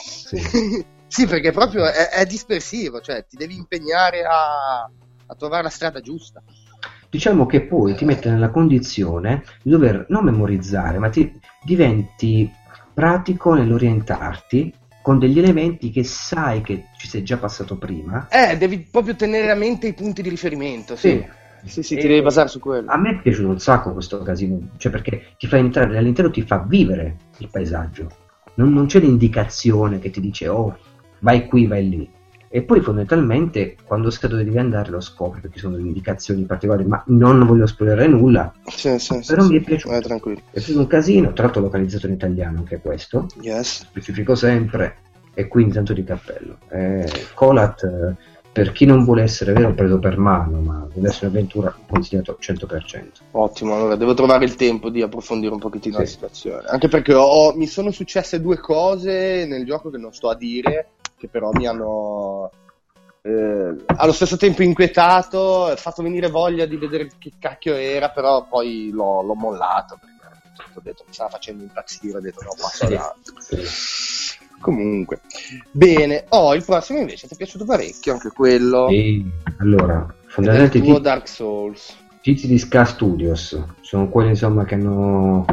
Sì, perché proprio è dispersivo, cioè ti devi impegnare a trovare la strada giusta. Diciamo che poi ti mette nella condizione di dover non memorizzare, ma ti diventi pratico nell'orientarti con degli elementi che sai che ci sei già passato prima. Devi proprio tenere a mente i punti di riferimento. Sì, ti devi basare su quello. A me è piaciuto un sacco questo casino, cioè perché ti fa entrare all'interno, ti fa vivere il paesaggio. Non c'è l'indicazione che ti dice oh, vai qui, vai lì. E poi fondamentalmente quando sai dove devi andare lo scopri, perché sono delle indicazioni particolari, ma non voglio spoilerare nulla. Però mi è piaciuto. Tranquillo. È piaciuto un casino, tra l'altro localizzato in italiano anche questo. Specifico sempre, e quindi tanto di cappello. Colat, per chi non vuole essere vero preso per mano, ma vuole essere un'avventura, consigliato 100%. Ottimo, allora devo trovare il tempo di approfondire un pochettino la situazione, anche perché mi sono successe due cose nel gioco che non sto a dire, che però mi hanno allo stesso tempo inquietato, fatto venire voglia di vedere che cacchio era, però poi l'ho mollato perché ho detto mi stava facendo impazzire, ho detto no, passo avanti. Comunque bene. Il prossimo invece ti è piaciuto parecchio anche quello. Allora, fondamentalmente il tuo Dark Souls. Tizi di Ska Studios sono quelli insomma che hanno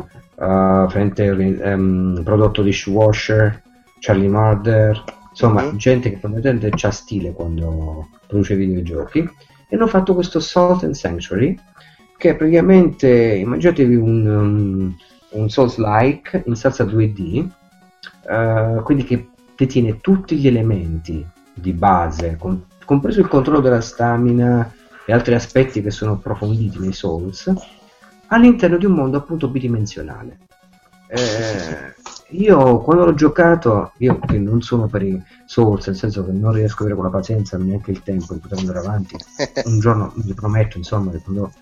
prodotto Dishwasher, Charlie Murder, insomma gente che fondamentalmente c'ha stile quando produce videogiochi, e hanno fatto questo Salt and Sanctuary, che è praticamente, immaginatevi un Souls-like in salsa 2D, quindi che detiene tutti gli elementi di base, compreso il controllo della stamina e altri aspetti che sono approfonditi nei Souls, all'interno di un mondo appunto bidimensionale. Io quando l'ho giocato, io che non sono per i Souls, nel senso che non riesco a avere quella pazienza, neanche il tempo di poter andare avanti, un giorno vi prometto, insomma, che quando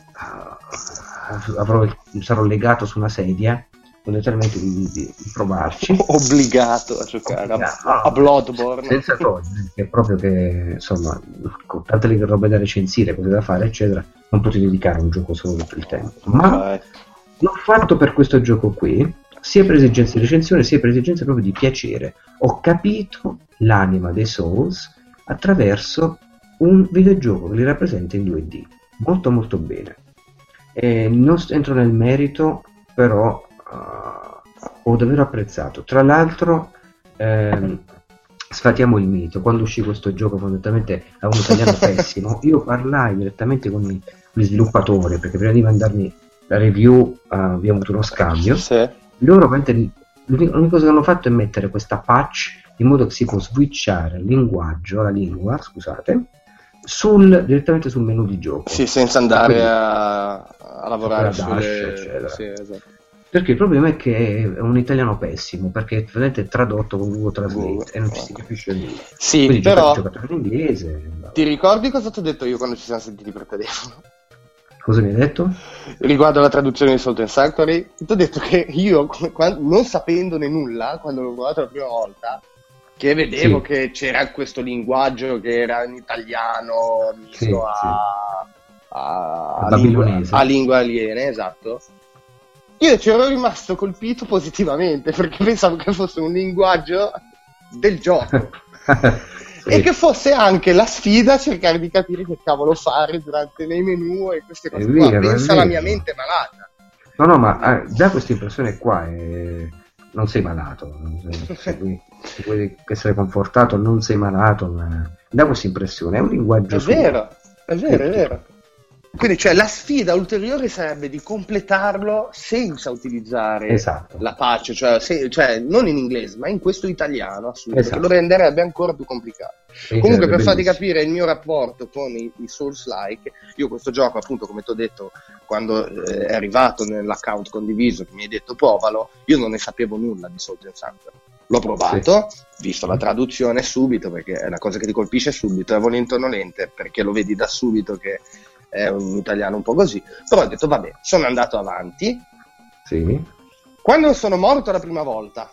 sarò legato su una sedia, fondamentalmente di provarci. Obbligato a giocare a Bloodborne. Senza togliere, che proprio che, insomma, con tante robe da recensire, cose da fare, eccetera, non potevo dedicare un gioco solo tutto il tempo. Ma l'ho fatto per questo gioco qui, sia per esigenze di recensione, sia per esigenze proprio di piacere. Ho capito l'anima dei Souls attraverso un videogioco che li rappresenta in 2D, molto molto bene. Non entro nel merito, però ho davvero apprezzato. Tra l'altro sfatiamo il mito, quando uscì questo gioco fondamentalmente a un italiano pessimo, io parlai direttamente con gli sviluppatori, perché prima di mandarmi la review abbiamo avuto uno scambio. Sì. Loro l'unica cosa che hanno fatto è mettere questa patch in modo che si può switchare la lingua, scusate, direttamente sul menu di gioco. Sì, senza andare a lavorare sulle... Sì, esatto. Perché il problema è che è un italiano pessimo, perché è tradotto con Google Translate e non ci si capisce nulla. Sì, quindi però giocato in inglese. Ti ricordi cosa ti ho detto io quando ci siamo sentiti per telefono? Cosa mi hai detto? Riguardo alla traduzione di Salt and Sanctuary, ti ho detto che io, non sapendone nulla, quando l'ho provato la prima volta, che vedevo che c'era questo linguaggio che era in italiano misto a lingua aliene, esatto. Io ci ero rimasto colpito positivamente, perché pensavo che fosse un linguaggio del gioco. E che fosse anche la sfida a cercare di capire che cavolo fare durante nei menu e queste cose qua. Pensa alla mia mente malata. No, ma da questa impressione qua non sei malato, se vuoi essere confortato non sei malato, ma da questa impressione è un linguaggio è vero. Quindi cioè la sfida ulteriore sarebbe di completarlo senza utilizzare la patch, cioè non in inglese ma in questo italiano, assolutamente, che lo renderebbe ancora più complicato. Comunque per farti capire il mio rapporto con i Souls-like, io questo gioco appunto come ti ho detto quando è arrivato nell'account condiviso che mi hai detto provalo, io non ne sapevo nulla di Salt and Sanctuary. L'ho provato, visto la traduzione subito, perché è una cosa che ti colpisce subito, è volente o nolente, perché lo vedi da subito che è un italiano un po' così, però ho detto vabbè, sono andato avanti. Quando sono morto la prima volta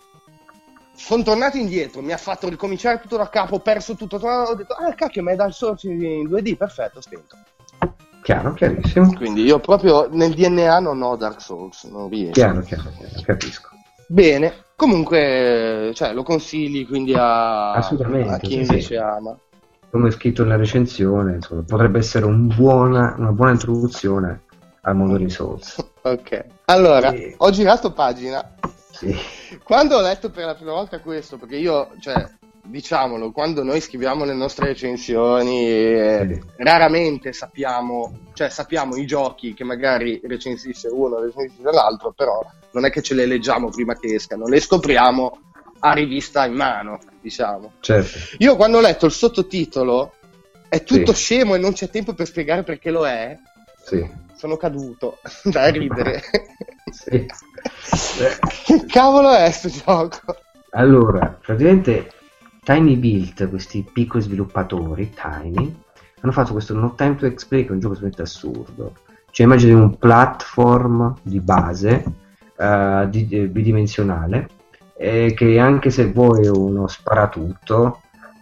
sono tornato indietro, mi ha fatto ricominciare tutto da capo, ho perso tutto, ho detto cacchio, ma è Dark Souls in 2D, perfetto, spento. Chiarissimo. Quindi io proprio nel DNA non ho Dark Souls, non riesco. Chiaro, capisco. Bene, comunque cioè, lo consigli quindi a chi invece ama. Come è scritto nella recensione, insomma, potrebbe essere una buona introduzione al mondo dei Souls. Ok, allora, ho girato pagina. Sì. Quando ho letto per la prima volta questo, perché io, cioè, diciamolo, quando noi scriviamo le nostre recensioni, raramente sappiamo i giochi che magari recensisce uno, recensisce l'altro, però non è che ce le leggiamo prima che escano, le scopriamo a rivista in mano, diciamo. Certo. Io quando ho letto il sottotitolo è tutto scemo e non c'è tempo per spiegare perché lo è. Sono caduto da ridere. Che cavolo è sto gioco? Allora, praticamente Tiny Build, questi piccoli sviluppatori Tiny, hanno fatto questo No Time to Explain, che è un gioco assolutamente assurdo. Cioè immagini un platform di base bidimensionale, che anche se vuoi uno sparatutto,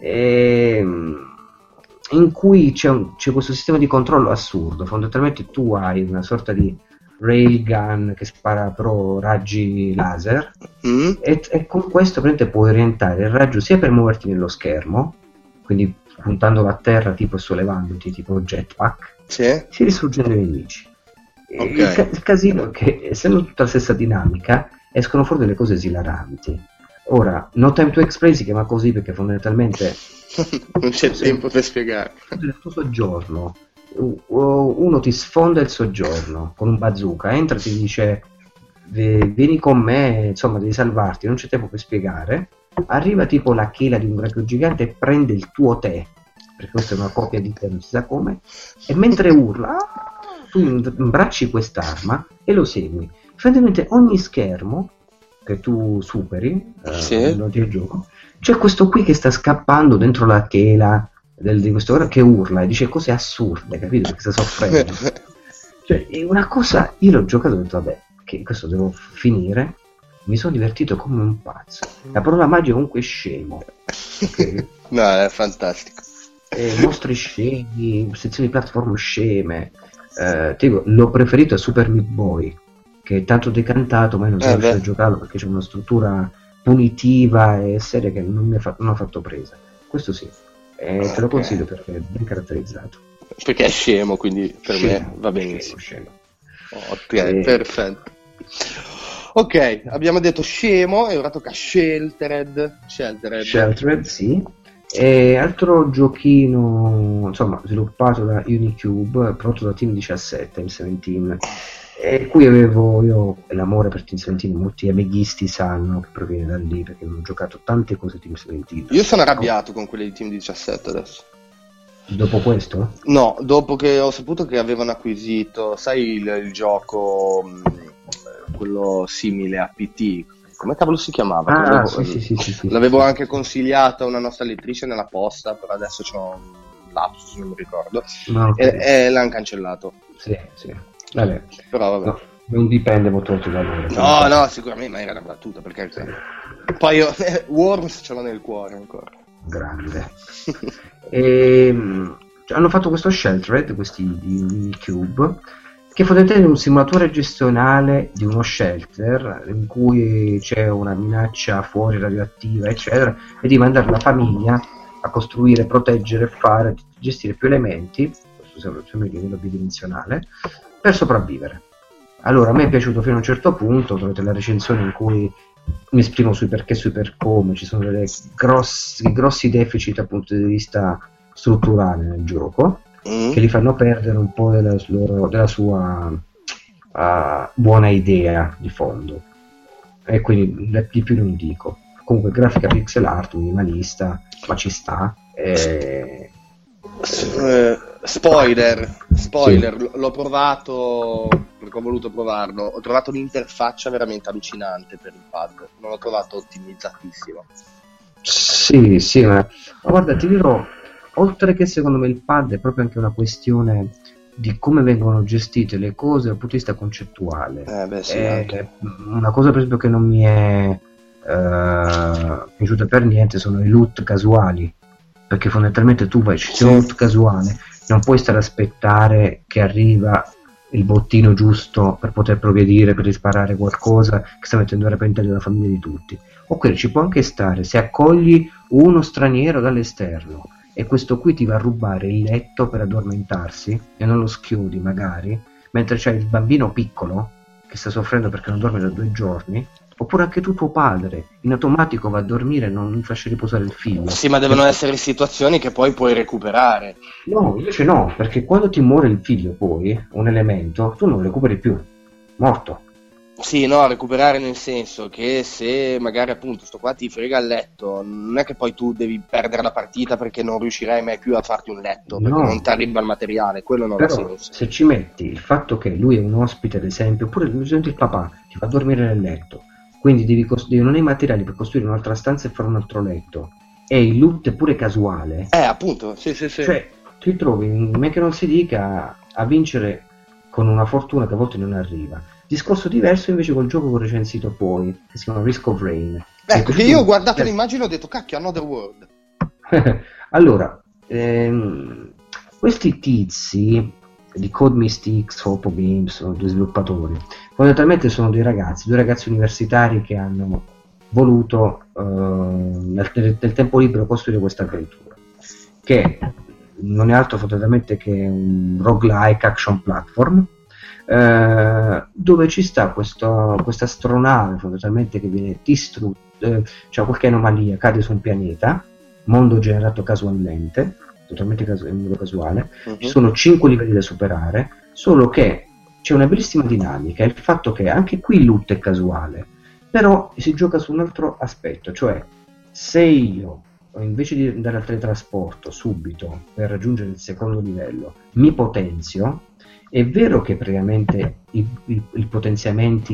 in cui c'è questo sistema di controllo assurdo. Fondamentalmente tu hai una sorta di railgun che spara però raggi laser, e con questo puoi orientare il raggio sia per muoverti nello schermo, quindi puntandolo a terra tipo sollevandoti tipo jetpack, sia distruggendo i nemici. Il casino è che, essendo tutta la stessa dinamica, escono fuori delle cose esilaranti. Ora, No Time to Explain si chiama così perché fondamentalmente non c'è tempo per spiegare. Il tuo soggiorno, uno ti sfonda il soggiorno con un bazooka, entra e ti dice vieni con me, insomma devi salvarti, non c'è tempo per spiegare. Arriva tipo la chela di un dragone gigante e prende il tuo tè, perché questa è una copia di te, non si sa come, e mentre urla tu imbracci quest'arma e lo segui. Fondamentalmente ogni schermo che tu superi Sì. durante il gioco, c'è questo qui che sta scappando dentro la tela di questo che urla e dice cose assurde, capito? Che sta soffrendo. Cioè, è una cosa, io l'ho giocato e ho detto vabbè, che questo devo finire, mi sono divertito come un pazzo. La parola magica comunque è scemo, ok? No, è fantastico. Mostri scemi, sezioni di platform sceme. Ti dico, l'ho preferito a Super Meat Boy, che è tanto decantato, ma io non sono riuscito a giocarlo perché c'è una struttura punitiva e seria che non ha fatto presa. Questo sì, te lo consiglio perché è ben caratterizzato. Perché è scemo, quindi per me va benissimo. Ok, perfetto. Ok, abbiamo detto scemo e ora tocca Sheltered, sì. E altro giochino, insomma, sviluppato da Unicube, prodotto da Team 17, Team 17. E qui avevo io l'amore per Team 17, molti amighisti sanno che proviene da lì perché ho giocato tante cose Team 17. Io sono arrabbiato con quelli di Team 17 adesso. Dopo questo? No, dopo che ho saputo che avevano acquisito, sai, il gioco, quello simile a PT, come cavolo si chiamava? L'avevo anche consigliato a una nostra lettrice nella posta, però adesso c'ho un lapsus, non mi ricordo, e l'hanno cancellato. Sì. Vabbè. Però vabbè. No, non dipende molto da loro. No, sicuramente, ma era una battuta, perché poi io, Worms ce l'ho nel cuore ancora. Grande. Hanno fatto questo Sheltered, questi di Unicube, che fondamentalmente è un simulatore gestionale di uno shelter in cui c'è una minaccia fuori radioattiva, eccetera, e devi mandare la famiglia a costruire, proteggere, gestire più elementi, questo sembra di livello bidimensionale, per sopravvivere. Allora, a me è piaciuto fino a un certo punto, trovate la recensione in cui mi esprimo sui perché, sui per come, ci sono dei grossi deficit dal punto di vista strutturale nel gioco, che li fanno perdere un po' della sua buona idea di fondo, e quindi di più non dico. Comunque grafica pixel art minimalista, ma ci sta. Spoiler, sì. L'ho provato perché ho voluto provarlo. Ho trovato l'interfaccia veramente allucinante per il pad, non l'ho trovato ottimizzatissimo. Sì, ma guarda, ti dirò, oltre che secondo me il pad è proprio anche una questione di come vengono gestite le cose dal punto di vista concettuale. Una cosa per esempio che non mi è piaciuta per niente sono i loot casuali, perché fondamentalmente tu c'è un loot casuale, non puoi stare a aspettare che arriva il bottino giusto per poter progredire, per disparare qualcosa che sta mettendo a repentaglio la famiglia di tutti. Ok, ci può anche stare se accogli uno straniero dall'esterno e questo qui ti va a rubare il letto per addormentarsi e non lo schiudi magari, mentre c'è il bambino piccolo che sta soffrendo perché non dorme da 2 giorni, oppure anche tuo padre in automatico va a dormire e non lascia riposare il figlio. Sì, ma devono essere situazioni che poi puoi recuperare. No, invece no, perché quando ti muore il figlio poi, un elemento, tu non lo recuperi più, morto. Sì, no, recuperare nel senso che se magari appunto sto qua ti frega il letto, non è che poi tu devi perdere la partita perché non riuscirai mai più a farti un letto, perché non ti arriva il materiale, quello non ha senso. Se ci metti il fatto che lui è un ospite, ad esempio, oppure il papà ti fa dormire nel letto, quindi non hai materiali per costruire un'altra stanza e fare un altro letto, e il loot è pure casuale. Appunto, sì. Cioè, ti trovi, men che non si dica, a vincere con una fortuna che a volte non arriva. Discorso diverso invece col gioco che ho recensito poi, che si chiama Risk of Rain. Ecco, che io ho guardato l'immagine e ho detto, cacchio, Another World. Allora, questi tizi di Code Mystics, Hopo Games, sono 2 sviluppatori. Fondamentalmente sono 2 ragazzi universitari che hanno voluto nel tempo libero costruire questa avventura, che non è altro fondamentalmente che un roguelike action platform, dove ci sta questa astronave fondamentalmente che viene distrutta, cioè qualche anomalia cade su un pianeta, mondo generato casualmente, totalmente in modo casuale. Ci sono 5 livelli da superare, solo che c'è una bellissima dinamica, il fatto che anche qui il loot è casuale, però si gioca su un altro aspetto, cioè se io invece di andare al teletrasporto subito per raggiungere il secondo livello mi potenzio, è vero che praticamente i potenziamenti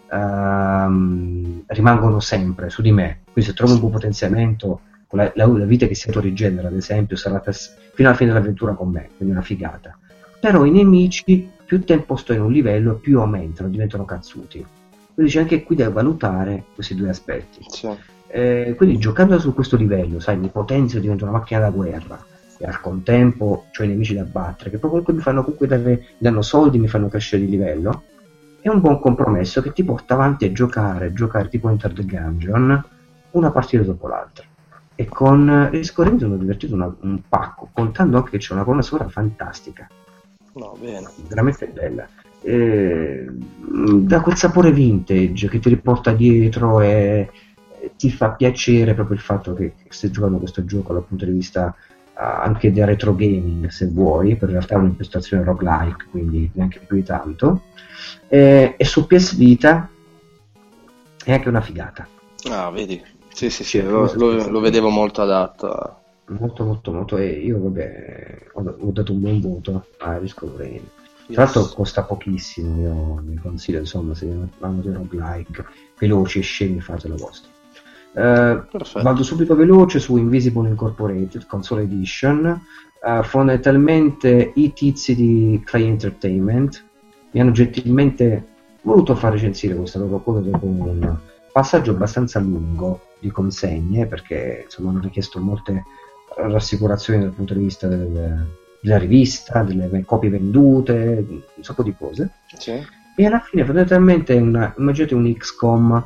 rimangono sempre su di me. Quindi se trovo un buon potenziamento, con la vita che si autorigenera, ad esempio, sarà fino alla fine dell'avventura con me, quindi è una figata. Però i nemici, più tempo sto in un livello, più aumentano, diventano cazzuti. Quindi c'è anche qui da valutare questi due aspetti. Sì. Quindi giocando su questo livello, sai, mi potenzio, divento una macchina da guerra, e al contempo ho i nemici da battere, che poi comunque mi fanno mi danno soldi, mi fanno crescere di livello. È un buon compromesso che ti porta avanti a giocare tipo Enter the Gungeon, una partita dopo l'altra. E con Risco mi sono divertito un pacco, contando anche che c'è una colonna sonora fantastica. No, bene. Veramente bella. Da quel sapore vintage che ti riporta dietro e ti fa piacere proprio il fatto che stai giocando questo gioco dal punto di vista anche del retro gaming, se vuoi, per in realtà è un'impostazione roguelike, quindi neanche più di tanto. E su PS Vita è anche una figata. Ah, vedi? Sì, lo vedevo molto adatto. Molto, e io ho dato un buon voto a Risco Brain. Tra l'altro costa pochissimo, io vi consiglio, insomma, se vanno di roguelike veloci e scemi, fate la vostra. Vado subito veloce su Invisible Incorporated Console Edition. Fondamentalmente i tizi di Clay Entertainment mi hanno gentilmente voluto far recensire questa loro cosa dopo un passaggio abbastanza lungo di consegne, perché insomma hanno richiesto molte rassicurazioni dal punto di vista della rivista, delle copie vendute, un sacco di cose. Sì. E alla fine fondamentalmente immaginate un XCOM,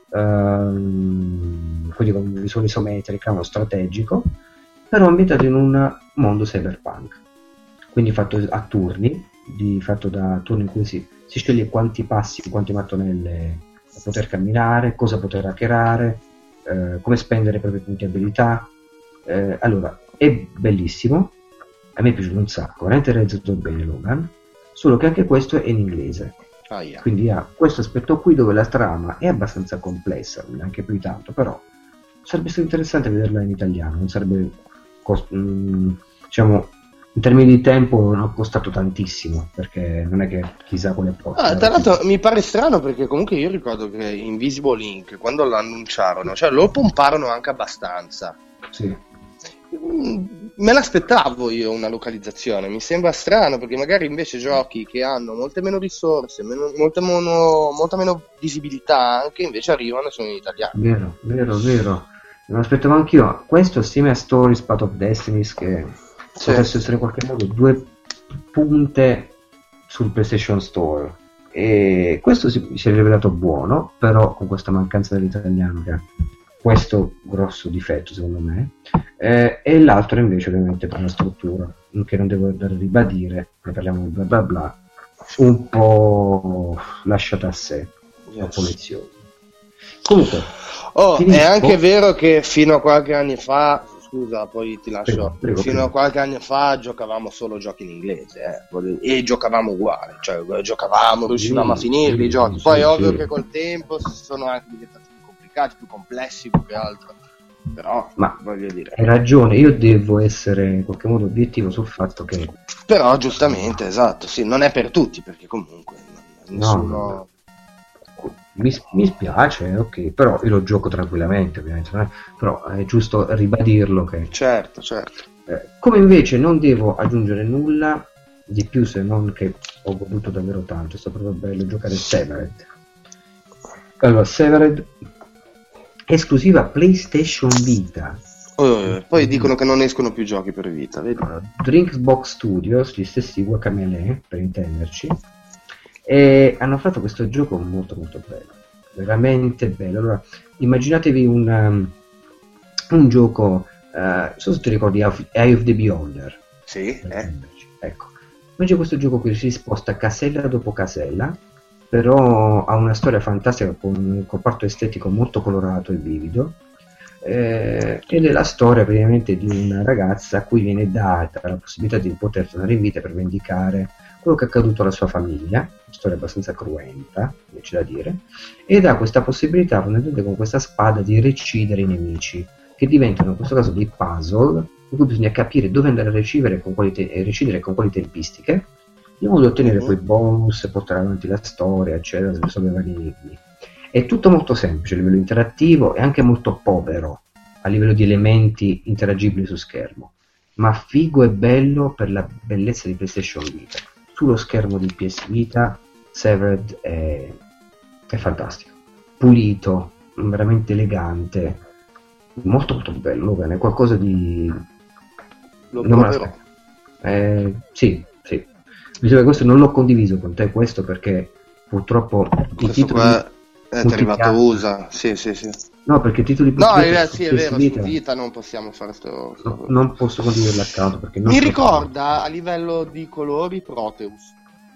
quindi con visuale isometrica, uno strategico, però ambientato in un mondo cyberpunk, quindi fatto a turni, fatto da turni in cui si sceglie quanti passi, quante mattonelle poter camminare, cosa poter hackerare, come spendere i propri punti abilità. Allora, è bellissimo, a me è piaciuto un sacco, veramente realizzato bene Logan, solo che anche questo è in inglese. Quindi ha questo aspetto qui dove la trama è abbastanza complessa, neanche più di tanto, però sarebbe stato interessante vederla in italiano, non sarebbe diciamo in termini di tempo non ha costato tantissimo, perché non è che chissà quale posto. Tra l'altro mi pare strano, perché comunque io ricordo che Invisible Ink, quando lo annunciarono, cioè lo pomparono anche abbastanza. Sì. Me l'aspettavo io una localizzazione, mi sembra strano, perché magari invece giochi che hanno molte meno risorse, molta meno visibilità, anche invece arrivano e sono in italiano. Vero, me l'aspettavo anch'io. Questo assieme a Stories Path of Destinies, che potesse essere in qualche modo due punte sul PlayStation Store, e questo si è rivelato buono, però con questa mancanza dell'italiano che ha questo grosso difetto secondo me, e l'altro invece ovviamente per la struttura, che non devo ribadire, ne parliamo di bla bla bla, un po' lasciata a sé, dopo lezioni. Comunque è anche vero che fino a qualche anno fa, scusa, poi ti lascio. Fino a qualche anno fa giocavamo solo giochi in inglese, e giocavamo uguale, cioè riuscivamo a finirli i giochi. Poi ovvio che col tempo sono anche diventati più complicati, più complessi più che altro. Però, voglio dire, hai ragione, io devo essere in qualche modo obiettivo sul fatto che. Però giustamente, esatto, sì, non è per tutti, perché comunque nessuno. No. Mi spiace, ok, però io lo gioco tranquillamente, ovviamente, però è giusto ribadirlo che. Certo. Come invece non devo aggiungere nulla di più, se non che ho goduto davvero tanto, è stato proprio bello giocare Severed. Allora, Severed esclusiva PlayStation Vita. Poi dicono che non escono più giochi per Vita, vedi? Drinkbox Studios, gli stessi Guacamelee, per intenderci, e hanno fatto questo gioco molto molto bello, veramente bello. Allora, immaginatevi un gioco, non so se ti ricordi Eye of the Beholder. Sì, ecco, invece questo gioco qui si sposta casella dopo casella, però ha una storia fantastica con un comparto estetico molto colorato e vivido, ed è la storia praticamente di una ragazza a cui viene data la possibilità di poter tornare in vita per vendicare quello che è accaduto alla sua famiglia, una storia abbastanza cruenta, c'è da dire, ed ha questa possibilità fondamentalmente con questa spada di recidere i nemici, che diventano in questo caso dei puzzle in cui bisogna capire dove andare a recidere con quali tempistiche, in modo da ottenere poi bonus, portare avanti la storia, eccetera, risolvere vari enigmi. È tutto molto semplice a livello interattivo e anche molto povero a livello di elementi interagibili su schermo, ma figo e bello per la bellezza di PlayStation Vita. Sullo schermo di PS Vita Severed è fantastico, pulito, veramente elegante, molto molto bello, bene, qualcosa di... Lo non me proverò. l'aspetto. Sì. Bisogna, questo non l'ho condiviso con te, questo perché purtroppo i Questo titoli qua è arrivato multipiatta- USA, sì. no, perché i titoli No, multipiatta su sì, è PS vero, Vita su Vita non possiamo fare sto... non posso condividere l'account perché non Mi so ricorda a livello di colori Proteus.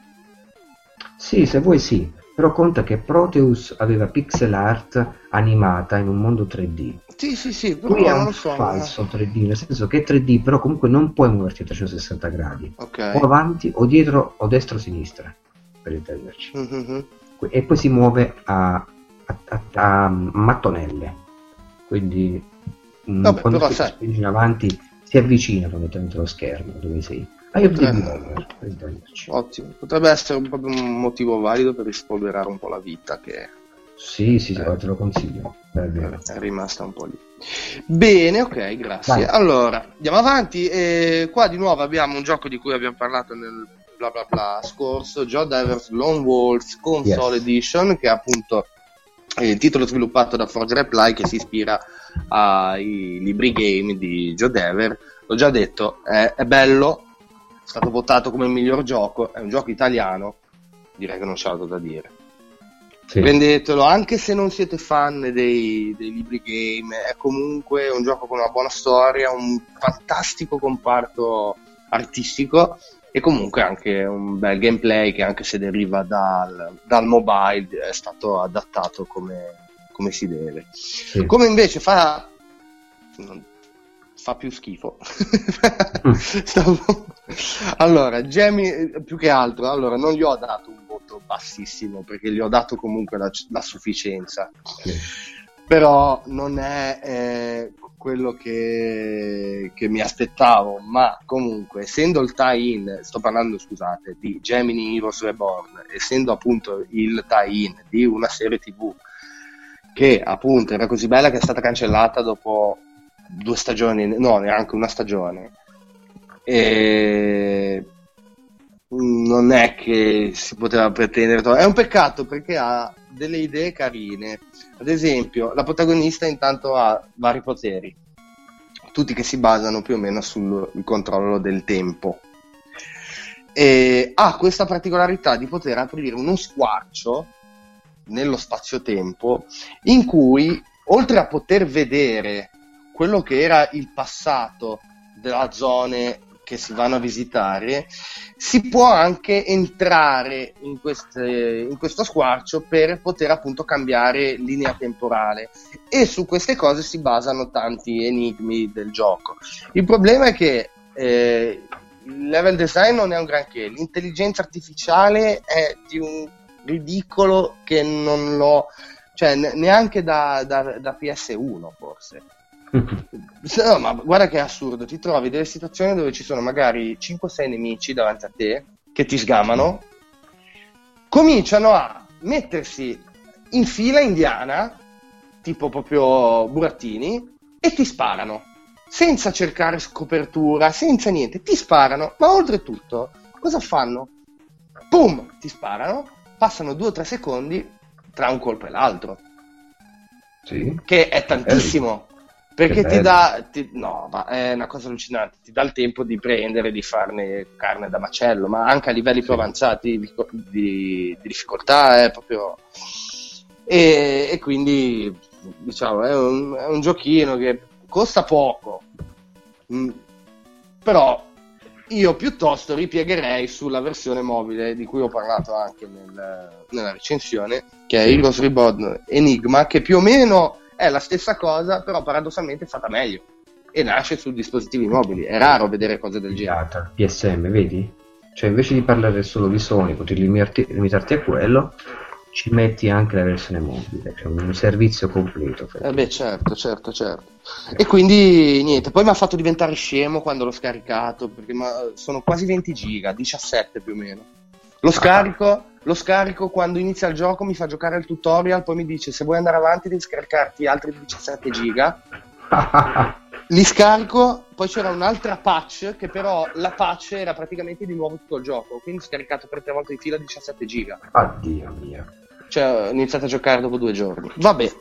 Sì, se vuoi sì, però conta che Proteus aveva pixel art animata in un mondo 3D. Sì, però Qui è non un lo so. falso 3D, nel senso che è 3D, però comunque non puoi muoverti a 360 gradi, Ok. o avanti, o dietro, o destra o sinistra, per intenderci. Mhm. E poi si muove a mattonelle, quindi Vabbè, quando però si sai. spinge in avanti si avvicina fondamentalmente allo schermo dove sei. Io per intenderci. Ottimo, potrebbe essere proprio un motivo valido per rispolverare un po' la vita che Sì, te lo consiglio, è vero. è rimasta un po' lì. Bene, ok, grazie. Vai. Allora, andiamo avanti. Qua di nuovo abbiamo un gioco di cui abbiamo parlato nel bla bla bla scorso, Jodever's Lone Wolves Console Yes. Edition, che è appunto il titolo sviluppato da Forge Reply, che si ispira ai libri game di Jodever. L'ho già detto, è bello, è stato votato come il miglior gioco, è un gioco italiano, direi che non c'è altro da dire. Sì. Prendetelo, anche se non siete fan dei libri game, è comunque un gioco con una buona storia, un fantastico comparto artistico e comunque anche un bel gameplay che, anche se deriva dal mobile, è stato adattato come si deve. Sì. Come invece fa più schifo. Allora, Gemini, più che altro, allora non gli ho dato un voto bassissimo perché gli ho dato comunque la sufficienza. Sì. Però non è quello che mi aspettavo, ma comunque, essendo il tie-in, sto parlando, scusate, di Gemini Heroes Reborn, essendo appunto il tie-in di una serie TV che appunto era così bella che è stata cancellata dopo 2 stagioni, no, neanche una stagione, e non è che si poteva pretendere è un peccato perché ha delle idee carine. Ad esempio, la protagonista intanto ha vari poteri, tutti che si basano più o meno sul controllo del tempo, e ha questa particolarità di poter aprire uno squarcio nello spazio-tempo in cui, oltre a poter vedere quello che era il passato della zone che si vanno a visitare, si può anche entrare in questo squarcio per poter appunto cambiare linea temporale, e su queste cose si basano tanti enigmi del gioco. Il problema è che il level design non è un granché, l'intelligenza artificiale è di un ridicolo che non l'ho, cioè neanche da PS1 forse. No, ma guarda che è assurdo, ti trovi delle situazioni dove ci sono magari 5-6 nemici davanti a te che ti sgamano, cominciano a mettersi in fila indiana, tipo proprio burattini, e ti sparano senza cercare scopertura, senza niente, ti sparano, ma oltretutto cosa fanno? Boom, ti sparano, passano 2 o 3 secondi tra un colpo e l'altro, Sì. che è tantissimo. Perché no, ma è una cosa allucinante, ti dà il tempo di prendere, di farne carne da macello, ma anche a livelli più avanzati di difficoltà è proprio... E quindi, diciamo, è un giochino che costa poco, però io piuttosto ripiegherei sulla versione mobile di cui ho parlato anche nella recensione, che è Heroes Reborn Enigma, che più o meno è la stessa cosa, però paradossalmente è fatta meglio e nasce su dispositivi mobili. È raro vedere cose del genere. PSM, vedi? Cioè, invece di parlare solo di Sony, potevi limitarti a quello, ci metti anche la versione mobile, cioè un servizio completo. Beh, certo. E quindi niente, poi mi ha fatto diventare scemo quando l'ho scaricato, perché sono quasi 20 giga, 17 più o meno. Lo scarico quando inizia il gioco, mi fa giocare il tutorial, poi mi dice se vuoi andare avanti devi scaricarti altri 17 giga. Li scarico, poi c'era un'altra patch che però la patch era praticamente di nuovo tutto il gioco, quindi ho scaricato per 3 volte di fila 17 giga. Addio mio. Cioè ho iniziato a giocare dopo 2 giorni. Vabbè.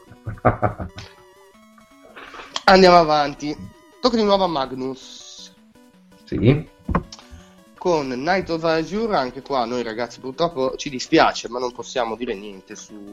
Andiamo avanti. Tocca di nuovo a Magnus. Sì. Con Night of Azure, anche qua noi ragazzi purtroppo ci dispiace, ma non possiamo dire niente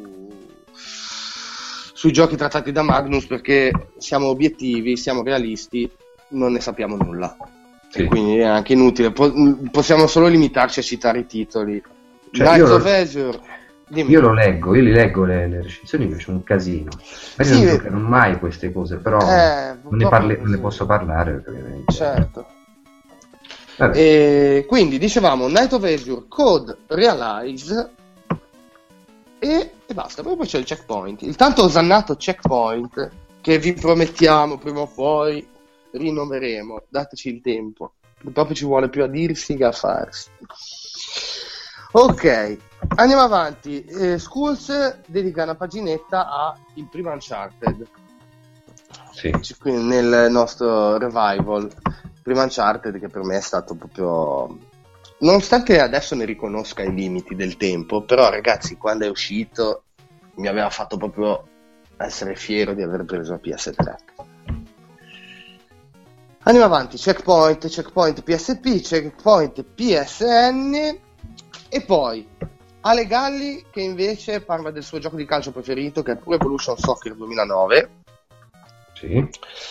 sui giochi trattati da Magnus perché siamo obiettivi, siamo realisti, non ne sappiamo nulla. Sì. E quindi è anche inutile, possiamo solo limitarci a citare i titoli. Cioè, Night of Azure, dimmi. Io li leggo le recensioni, mi c'è un casino. Sì, non giocherò mai queste cose, però non ne posso parlare ovviamente. Certo. E quindi dicevamo Night of Azure, Code, Realize e basta. Poi c'è il Checkpoint, il tanto osannato Checkpoint che vi promettiamo prima o poi rinnoveremo, dateci il tempo, purtroppo ci vuole più a dirsi che a farsi. Ok, andiamo avanti. Schools dedica una paginetta a il primo Uncharted, sì. Quindi nel nostro revival primo Uncharted, che per me è stato proprio, nonostante adesso ne riconosca i limiti del tempo, però ragazzi quando è uscito mi aveva fatto proprio essere fiero di aver preso la PS3. Andiamo avanti. Checkpoint PSP, Checkpoint PSN e poi Ale Galli che invece parla del suo gioco di calcio preferito, che è Pro Evolution Soccer 2009. Sì.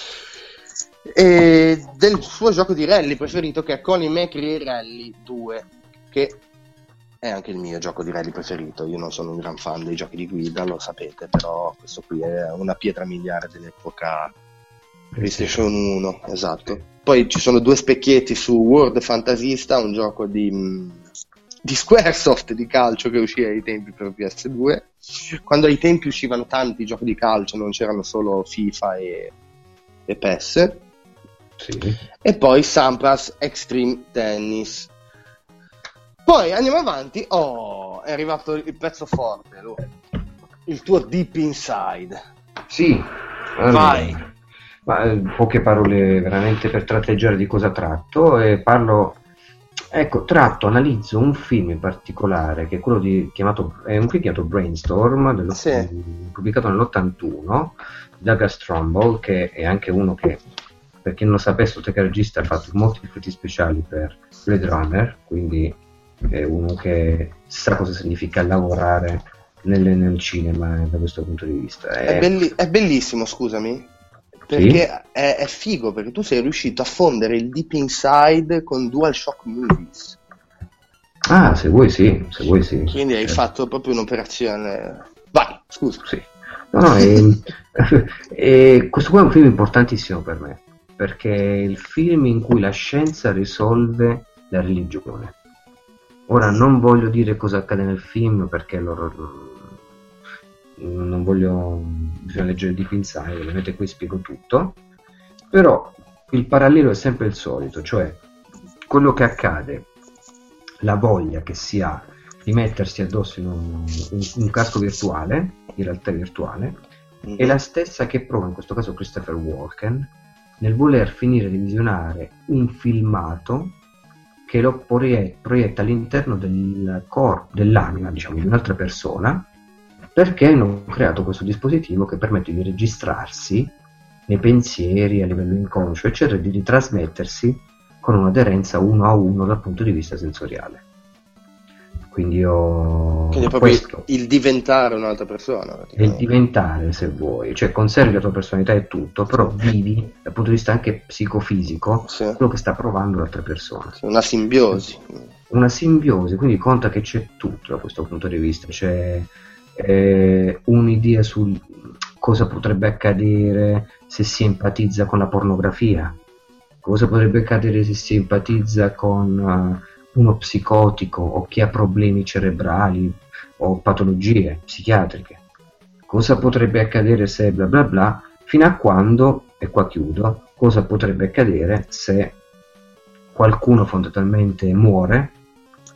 E del suo gioco di rally preferito, che è Colin McRae Rally 2, che è anche il mio gioco di rally preferito. Io non sono un gran fan dei giochi di guida, lo sapete, però questo qui è una pietra miliare dell'epoca PlayStation 1, esatto. Poi ci sono 2 specchietti su World Fantasista, un gioco di Squaresoft di calcio che uscì ai tempi per PS2, quando ai tempi uscivano tanti giochi di calcio, non c'erano solo FIFA e PES. Sì. E poi Sampras Extreme Tennis. Poi andiamo avanti. È arrivato il pezzo forte, il tuo Deep Inside. Sì, allora, vai. Poche parole veramente per tratteggiare di cosa tratto, e analizzo un film in particolare che è quello è un film chiamato Brainstorm, pubblicato nell'81, Douglas Trumbull, che è anche uno che, per chi non lo sapesse, oltre che regista, ha fatto molti effetti speciali per Blade Runner, quindi è uno che sa cosa significa lavorare nel cinema da questo punto di vista. È bellissimo, scusami, perché sì? È figo, perché tu sei riuscito a fondere il Deep Inside con DualShock Movies. Ah, se vuoi sì. Quindi hai fatto proprio un'operazione. Vai, scusa. Sì. No, questo qua è un film importantissimo per me, perché è il film in cui la scienza risolve la religione. Ora non voglio dire cosa accade nel film, perché non voglio, bisogna leggere Deep Inside, ovviamente qui spiego tutto, però il parallelo è sempre il solito, cioè quello che accade, la voglia che si ha di mettersi addosso in un casco virtuale, in realtà virtuale, è la stessa che prova in questo caso Christopher Walken nel voler finire di visionare un filmato che lo proietta all'interno del corpo, dell'anima, diciamo, di un'altra persona, perché hanno creato questo dispositivo che permette di registrarsi nei pensieri a livello inconscio, eccetera, di ritrasmettersi con un'aderenza 1 a 1 dal punto di vista sensoriale. Quindi è proprio il diventare un'altra persona. Il diventare, se vuoi, cioè conservi la tua personalità e tutto, però vivi dal punto di vista anche psicofisico quello che sta provando l'altra persona. Una simbiosi. Una simbiosi, quindi conta che c'è tutto da questo punto di vista. C'è un'idea su cosa potrebbe accadere se si empatizza con la pornografia, cosa potrebbe accadere se si empatizza con uno psicotico o chi ha problemi cerebrali o patologie psichiatriche, cosa potrebbe accadere se bla bla bla, fino a quando, e qua chiudo, cosa potrebbe accadere se qualcuno fondamentalmente muore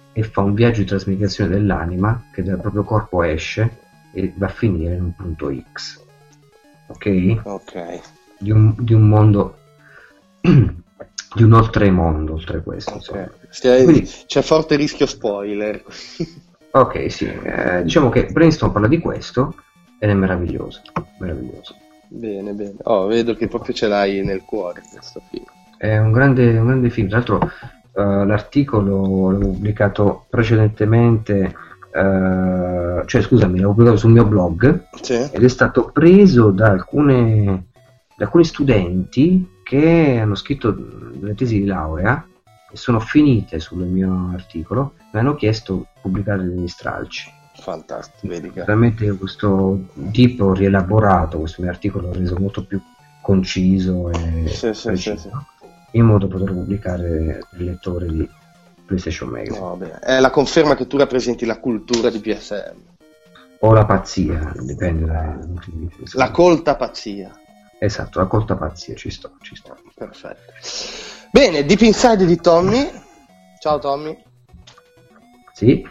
e fa un viaggio di trasmigrazione dell'anima che dal proprio corpo esce e va a finire in un punto X, ok, di un mondo di un oltremondo, oltre questo, insomma. Quindi, c'è forte rischio spoiler. Ok, sì, diciamo che Brainstorm parla di questo ed è meraviglioso. Bene. Vedo che proprio ce l'hai nel cuore questo film. È un grande film. Tra l'altro l'articolo l'avevo pubblicato precedentemente, cioè scusami, l'avevo pubblicato sul mio blog, sì. Ed è stato preso da alcuni studenti che hanno scritto delle tesi di laurea e sono finite sul mio articolo e mi hanno chiesto di pubblicare degli stralci. Fantastico, vedi che Veramente questo tipo rielaborato, questo mio articolo reso molto più conciso e preciso, sì. in modo da poter pubblicare il lettore di PlayStation Magazine. No, beh, è la conferma che tu rappresenti la cultura di PSM. O la pazzia, dipende la colta pazzia. Esatto, la colta pazzia, ci sto. Perfetto. Bene, Deep Inside di Tommy. Ciao Tommy. Sì.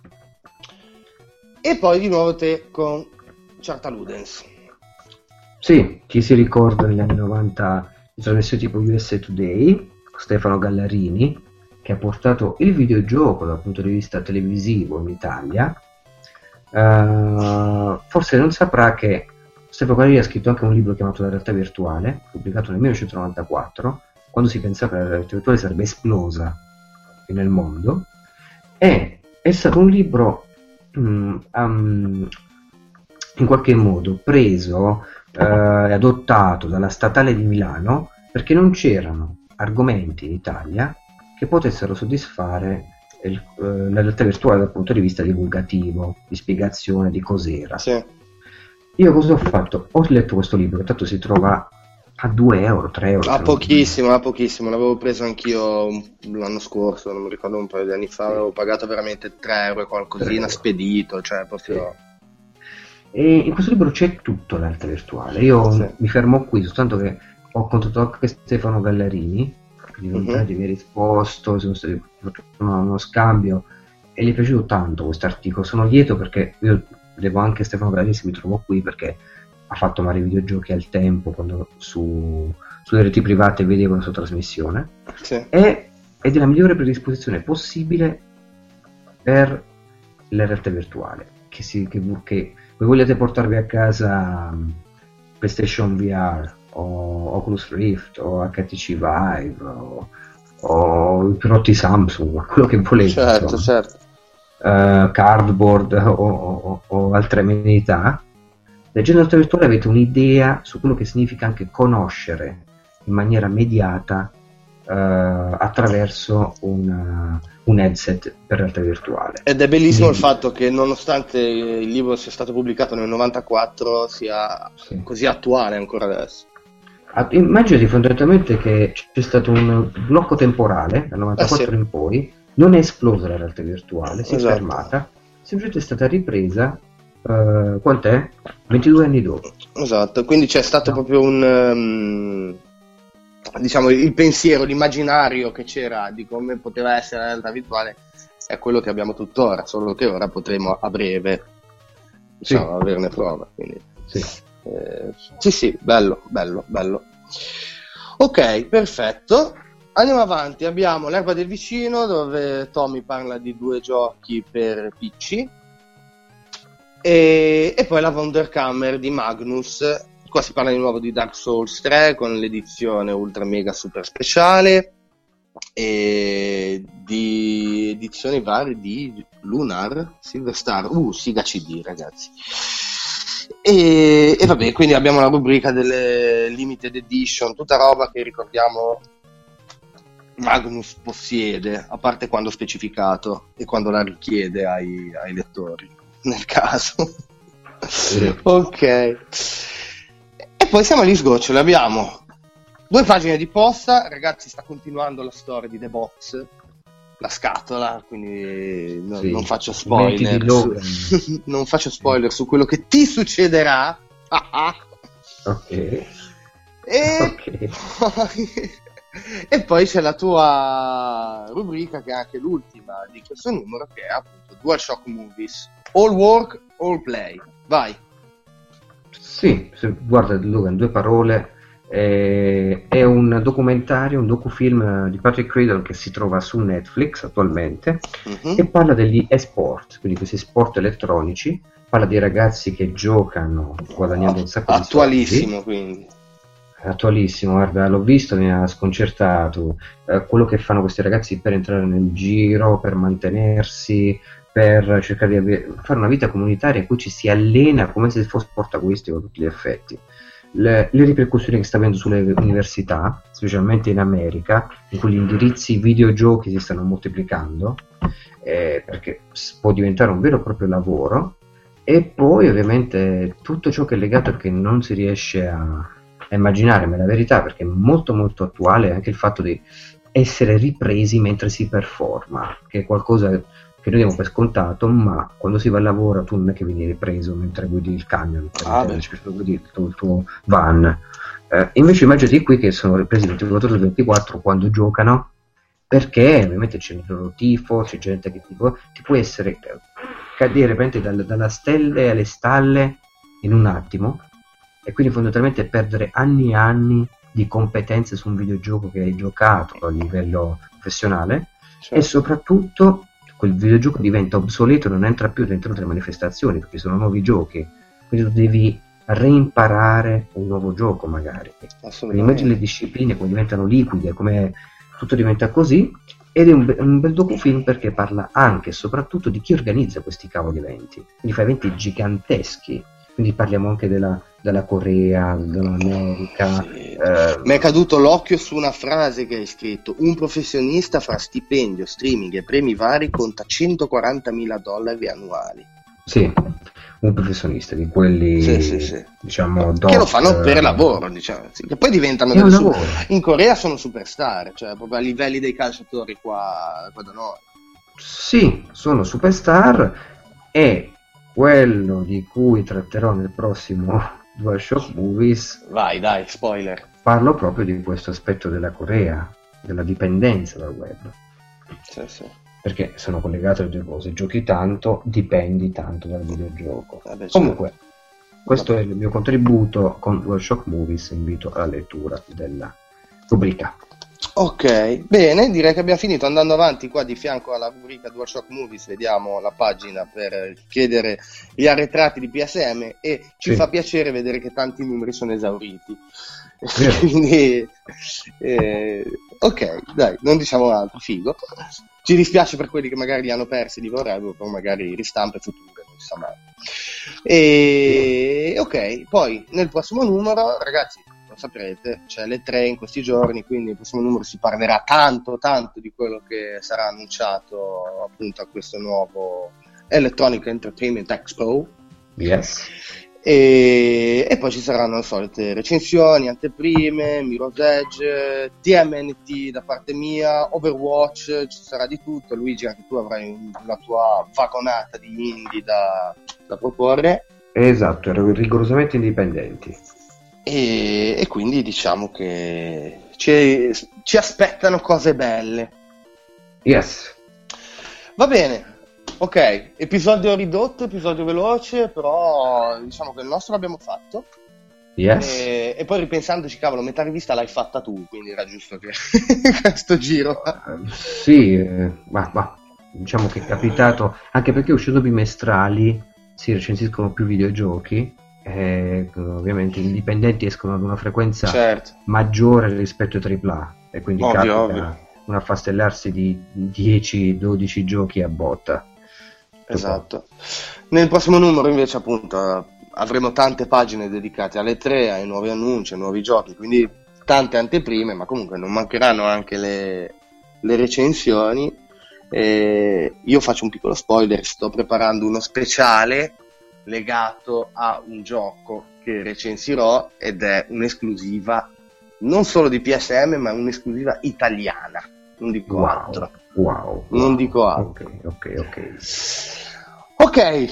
E poi di nuovo te con Charta Ludens. Sì, chi si ricorda negli anni 90 di trasmissioni tipo USA Today, Stefano Gallarini, che ha portato il videogioco dal punto di vista televisivo in Italia, forse non saprà che Stefano Gallarini ha scritto anche un libro chiamato La realtà virtuale, pubblicato nel 1994, quando si pensava che la realtà virtuale sarebbe esplosa nel mondo, e è stato un libro in qualche modo preso e adottato dalla Statale di Milano perché non c'erano argomenti in Italia che potessero soddisfare la realtà virtuale dal punto di vista divulgativo, di spiegazione di cos'era. Sì. Io cosa ho fatto? Ho letto questo libro, che tanto si trova a 2 euro, 3 euro. A pochissimo, l'avevo preso anch'io l'anno scorso, non mi ricordo, un paio di anni fa, avevo pagato veramente 3 euro e qualcosina spedito, cioè proprio... E in questo libro c'è tutto l'arte virtuale. Io mi fermo qui, soltanto che ho contattato anche Stefano Gallarini, che mi ha risposto, sono stati uno scambio e gli è piaciuto tanto questo articolo. Sono lieto perché io devo anche Stefano Gallarini se mi trovo qui perché ha fatto Mario Videogiochi al tempo, quando sulle reti private vedevo la sua trasmissione, ed è la migliore predisposizione possibile per la realtà virtuale, che voi vogliate portarvi a casa PlayStation VR o Oculus Rift o HTC Vive o i prodotti Samsung, quello che volete, certo. Cardboard o altre amenità. Leggendo la realtà virtuale avete un'idea su quello che significa anche conoscere in maniera mediata attraverso un headset per realtà virtuale. Ed è bellissimo il fatto che nonostante il libro sia stato pubblicato nel 94 sia così attuale ancora adesso. Immaginati fondamentalmente che c'è stato un blocco temporale dal 94 in poi, non è esplosa la realtà virtuale, si è fermata, semplicemente è stata ripresa. Quant'è? 22 anni dopo. Esatto, quindi c'è stato proprio un diciamo il pensiero, l'immaginario che c'era di come poteva essere la realtà virtuale è quello che abbiamo tuttora, solo che ora potremo a breve averne prova, quindi sì, bello. Ok, perfetto. Andiamo avanti, abbiamo L'erba del vicino, dove Tommy parla di 2 giochi per PC. E poi la Wunderkammer di Magnus. Qua si parla di nuovo di Dark Souls 3 con l'edizione ultra mega super speciale e di edizioni varie di Lunar, Silver Star, Siga CD, ragazzi. E vabbè, quindi abbiamo la rubrica delle limited edition, tutta roba che ricordiamo Magnus possiede, a parte quando specificato e quando la richiede ai lettori, nel caso. Ok. E poi siamo agli sgoccioli, abbiamo 2 pagine di posta, ragazzi, sta continuando la storia di The Box, la scatola, quindi non faccio spoiler non faccio spoiler su quello che ti succederà. Ok. E poi E poi c'è la tua rubrica, che è anche l'ultima di questo numero, che è appunto DualShock Movies. All work, all play. Vai. Sì, guarda Luca, in due parole, è un documentario, un docufilm di Patrick Criddle che si trova su Netflix attualmente, e parla degli e-sport, quindi questi sport elettronici, parla di ragazzi che giocano guadagnando un sacco di soldi. Attualissimo, quindi. Attualissimo, guarda, l'ho visto, mi ha sconcertato quello che fanno questi ragazzi per entrare nel giro, per mantenersi, per cercare di fare una vita comunitaria in cui ci si allena come se fosse sport agonistico a tutti gli effetti. Le ripercussioni che sta avendo sulle università, specialmente in America, in cui gli indirizzi videogiochi si stanno moltiplicando, perché può diventare un vero e proprio lavoro, e poi ovviamente tutto ciò che è legato e che non si riesce a immaginare, ma è la verità, perché è molto molto attuale anche il fatto di essere ripresi mentre si performa, che è qualcosa che noi diamo per scontato, ma quando si va al lavoro tu non è che vieni ripreso mentre guidi il camion, guidi il tuo van. Invece immaginati qui che sono ripresi 24 ore su 24 quando giocano, perché ovviamente c'è il loro tifo, c'è gente che ti può essere cadere dalla stelle alle stalle in un attimo, e quindi fondamentalmente perdere anni e anni di competenze su un videogioco che hai giocato a livello professionale, certo. E soprattutto quel videogioco diventa obsoleto, non entra più dentro le manifestazioni perché sono nuovi giochi, quindi tu devi reimparare un nuovo gioco magari. Quindi immagini le discipline come diventano liquide, come tutto diventa così, ed è un bel docufilm perché parla anche e soprattutto di chi organizza questi cavoli eventi, quindi fa eventi giganteschi. Quindi parliamo anche della Corea, dell'America. Sì. Mi è caduto l'occhio su una frase che hai scritto: un professionista fra stipendio, streaming e premi vari conta $140.000 annuali. Sì, un professionista di quelli, sì. diciamo, che lo fanno per lavoro, diciamo, sì. Che poi diventano in Corea sono superstar, cioè proprio a livelli dei calciatori qua da noi. Sì, sono superstar, e quello di cui tratterò nel prossimo DualShock Movies, vai dai, spoiler, parlo proprio di questo aspetto della Corea, della dipendenza dal web. Sì. Perché sono collegate le due cose: giochi tanto, dipendi tanto dal videogioco. Comunque, questo è il mio contributo con DualShock Movies. Invito alla lettura della rubrica. Ok, bene, direi che abbiamo finito. Andando avanti, qua di fianco alla rubrica DualShock Movies vediamo la pagina per chiedere gli arretrati di PSM, e ci fa piacere vedere che tanti numeri sono esauriti. Quindi ok, dai, non diciamo altro, figo. Ci dispiace per quelli che magari li hanno persi, li vorrebbero, poi magari ristampe future, non si sa mai. E ok, poi nel prossimo numero, ragazzi, lo saprete, c'è le 3 in questi giorni, quindi nel prossimo numero si parlerà tanto di quello che sarà annunciato appunto a questo nuovo Electronic Entertainment Expo. Yes. E poi ci saranno le solite recensioni, anteprime, Mirror's Edge, TMNT da parte mia, Overwatch, ci sarà di tutto. Luigi, anche tu avrai la tua vagonata di indie da proporre. Esatto, rigorosamente indipendenti. E quindi diciamo che ci aspettano cose belle. Yes. Va bene. Ok, episodio ridotto, episodio veloce, però diciamo che il nostro l'abbiamo fatto. Yes. E poi ripensandoci, cavolo, metà rivista l'hai fatta tu, quindi era giusto che questo giro. Sì, ma diciamo che è capitato, anche perché uscendo bimestrali si recensiscono più videogiochi, ovviamente gli indipendenti escono ad una frequenza maggiore rispetto ai AAA, e quindi capita un affastellarsi di 10-12 giochi a botta. Esatto. Nel prossimo numero invece appunto avremo tante pagine dedicate alle 3, ai nuovi annunci, ai nuovi giochi, quindi tante anteprime, ma comunque non mancheranno anche le recensioni. Io faccio un piccolo spoiler: sto preparando uno speciale legato a un gioco che recensirò, ed è un'esclusiva non solo di PSM, ma un'esclusiva italiana. Non dico altro. Wow. Non dico altro. Ok. Ok,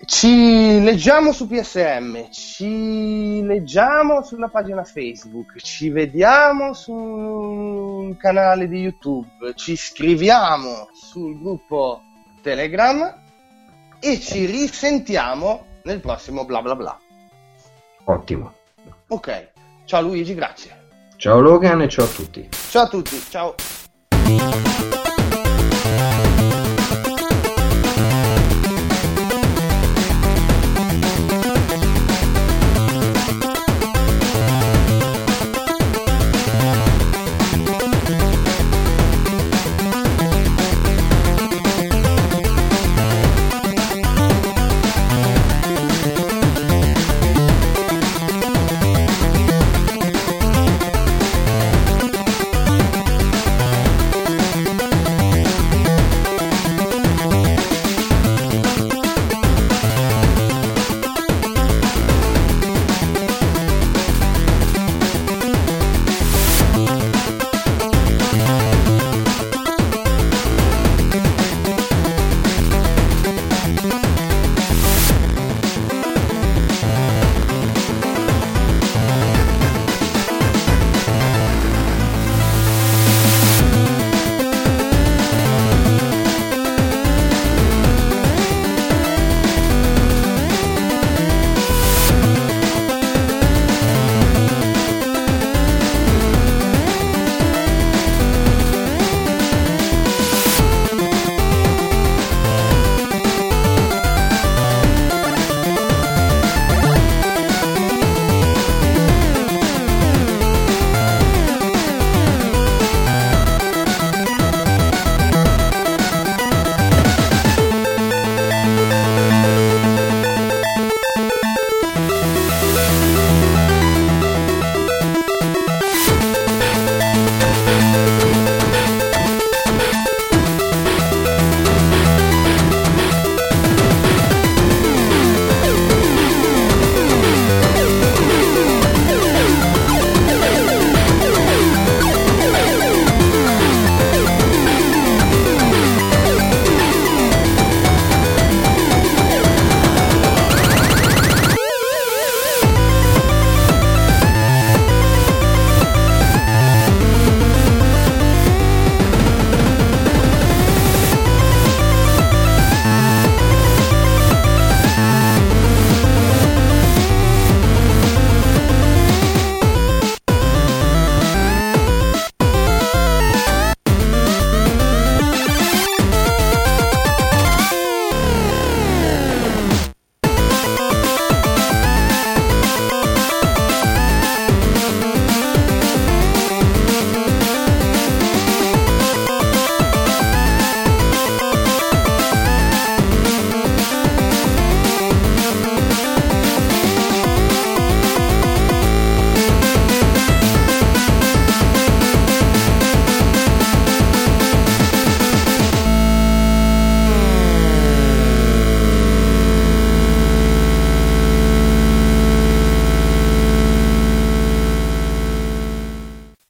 Ci leggiamo su PSM, ci leggiamo sulla pagina Facebook, ci vediamo sul canale di YouTube, ci iscriviamo sul gruppo Telegram e ci risentiamo nel prossimo bla bla bla. Ottimo. Ok, ciao Luigi, grazie. Ciao Logan e ciao a tutti. Ciao a tutti, ciao.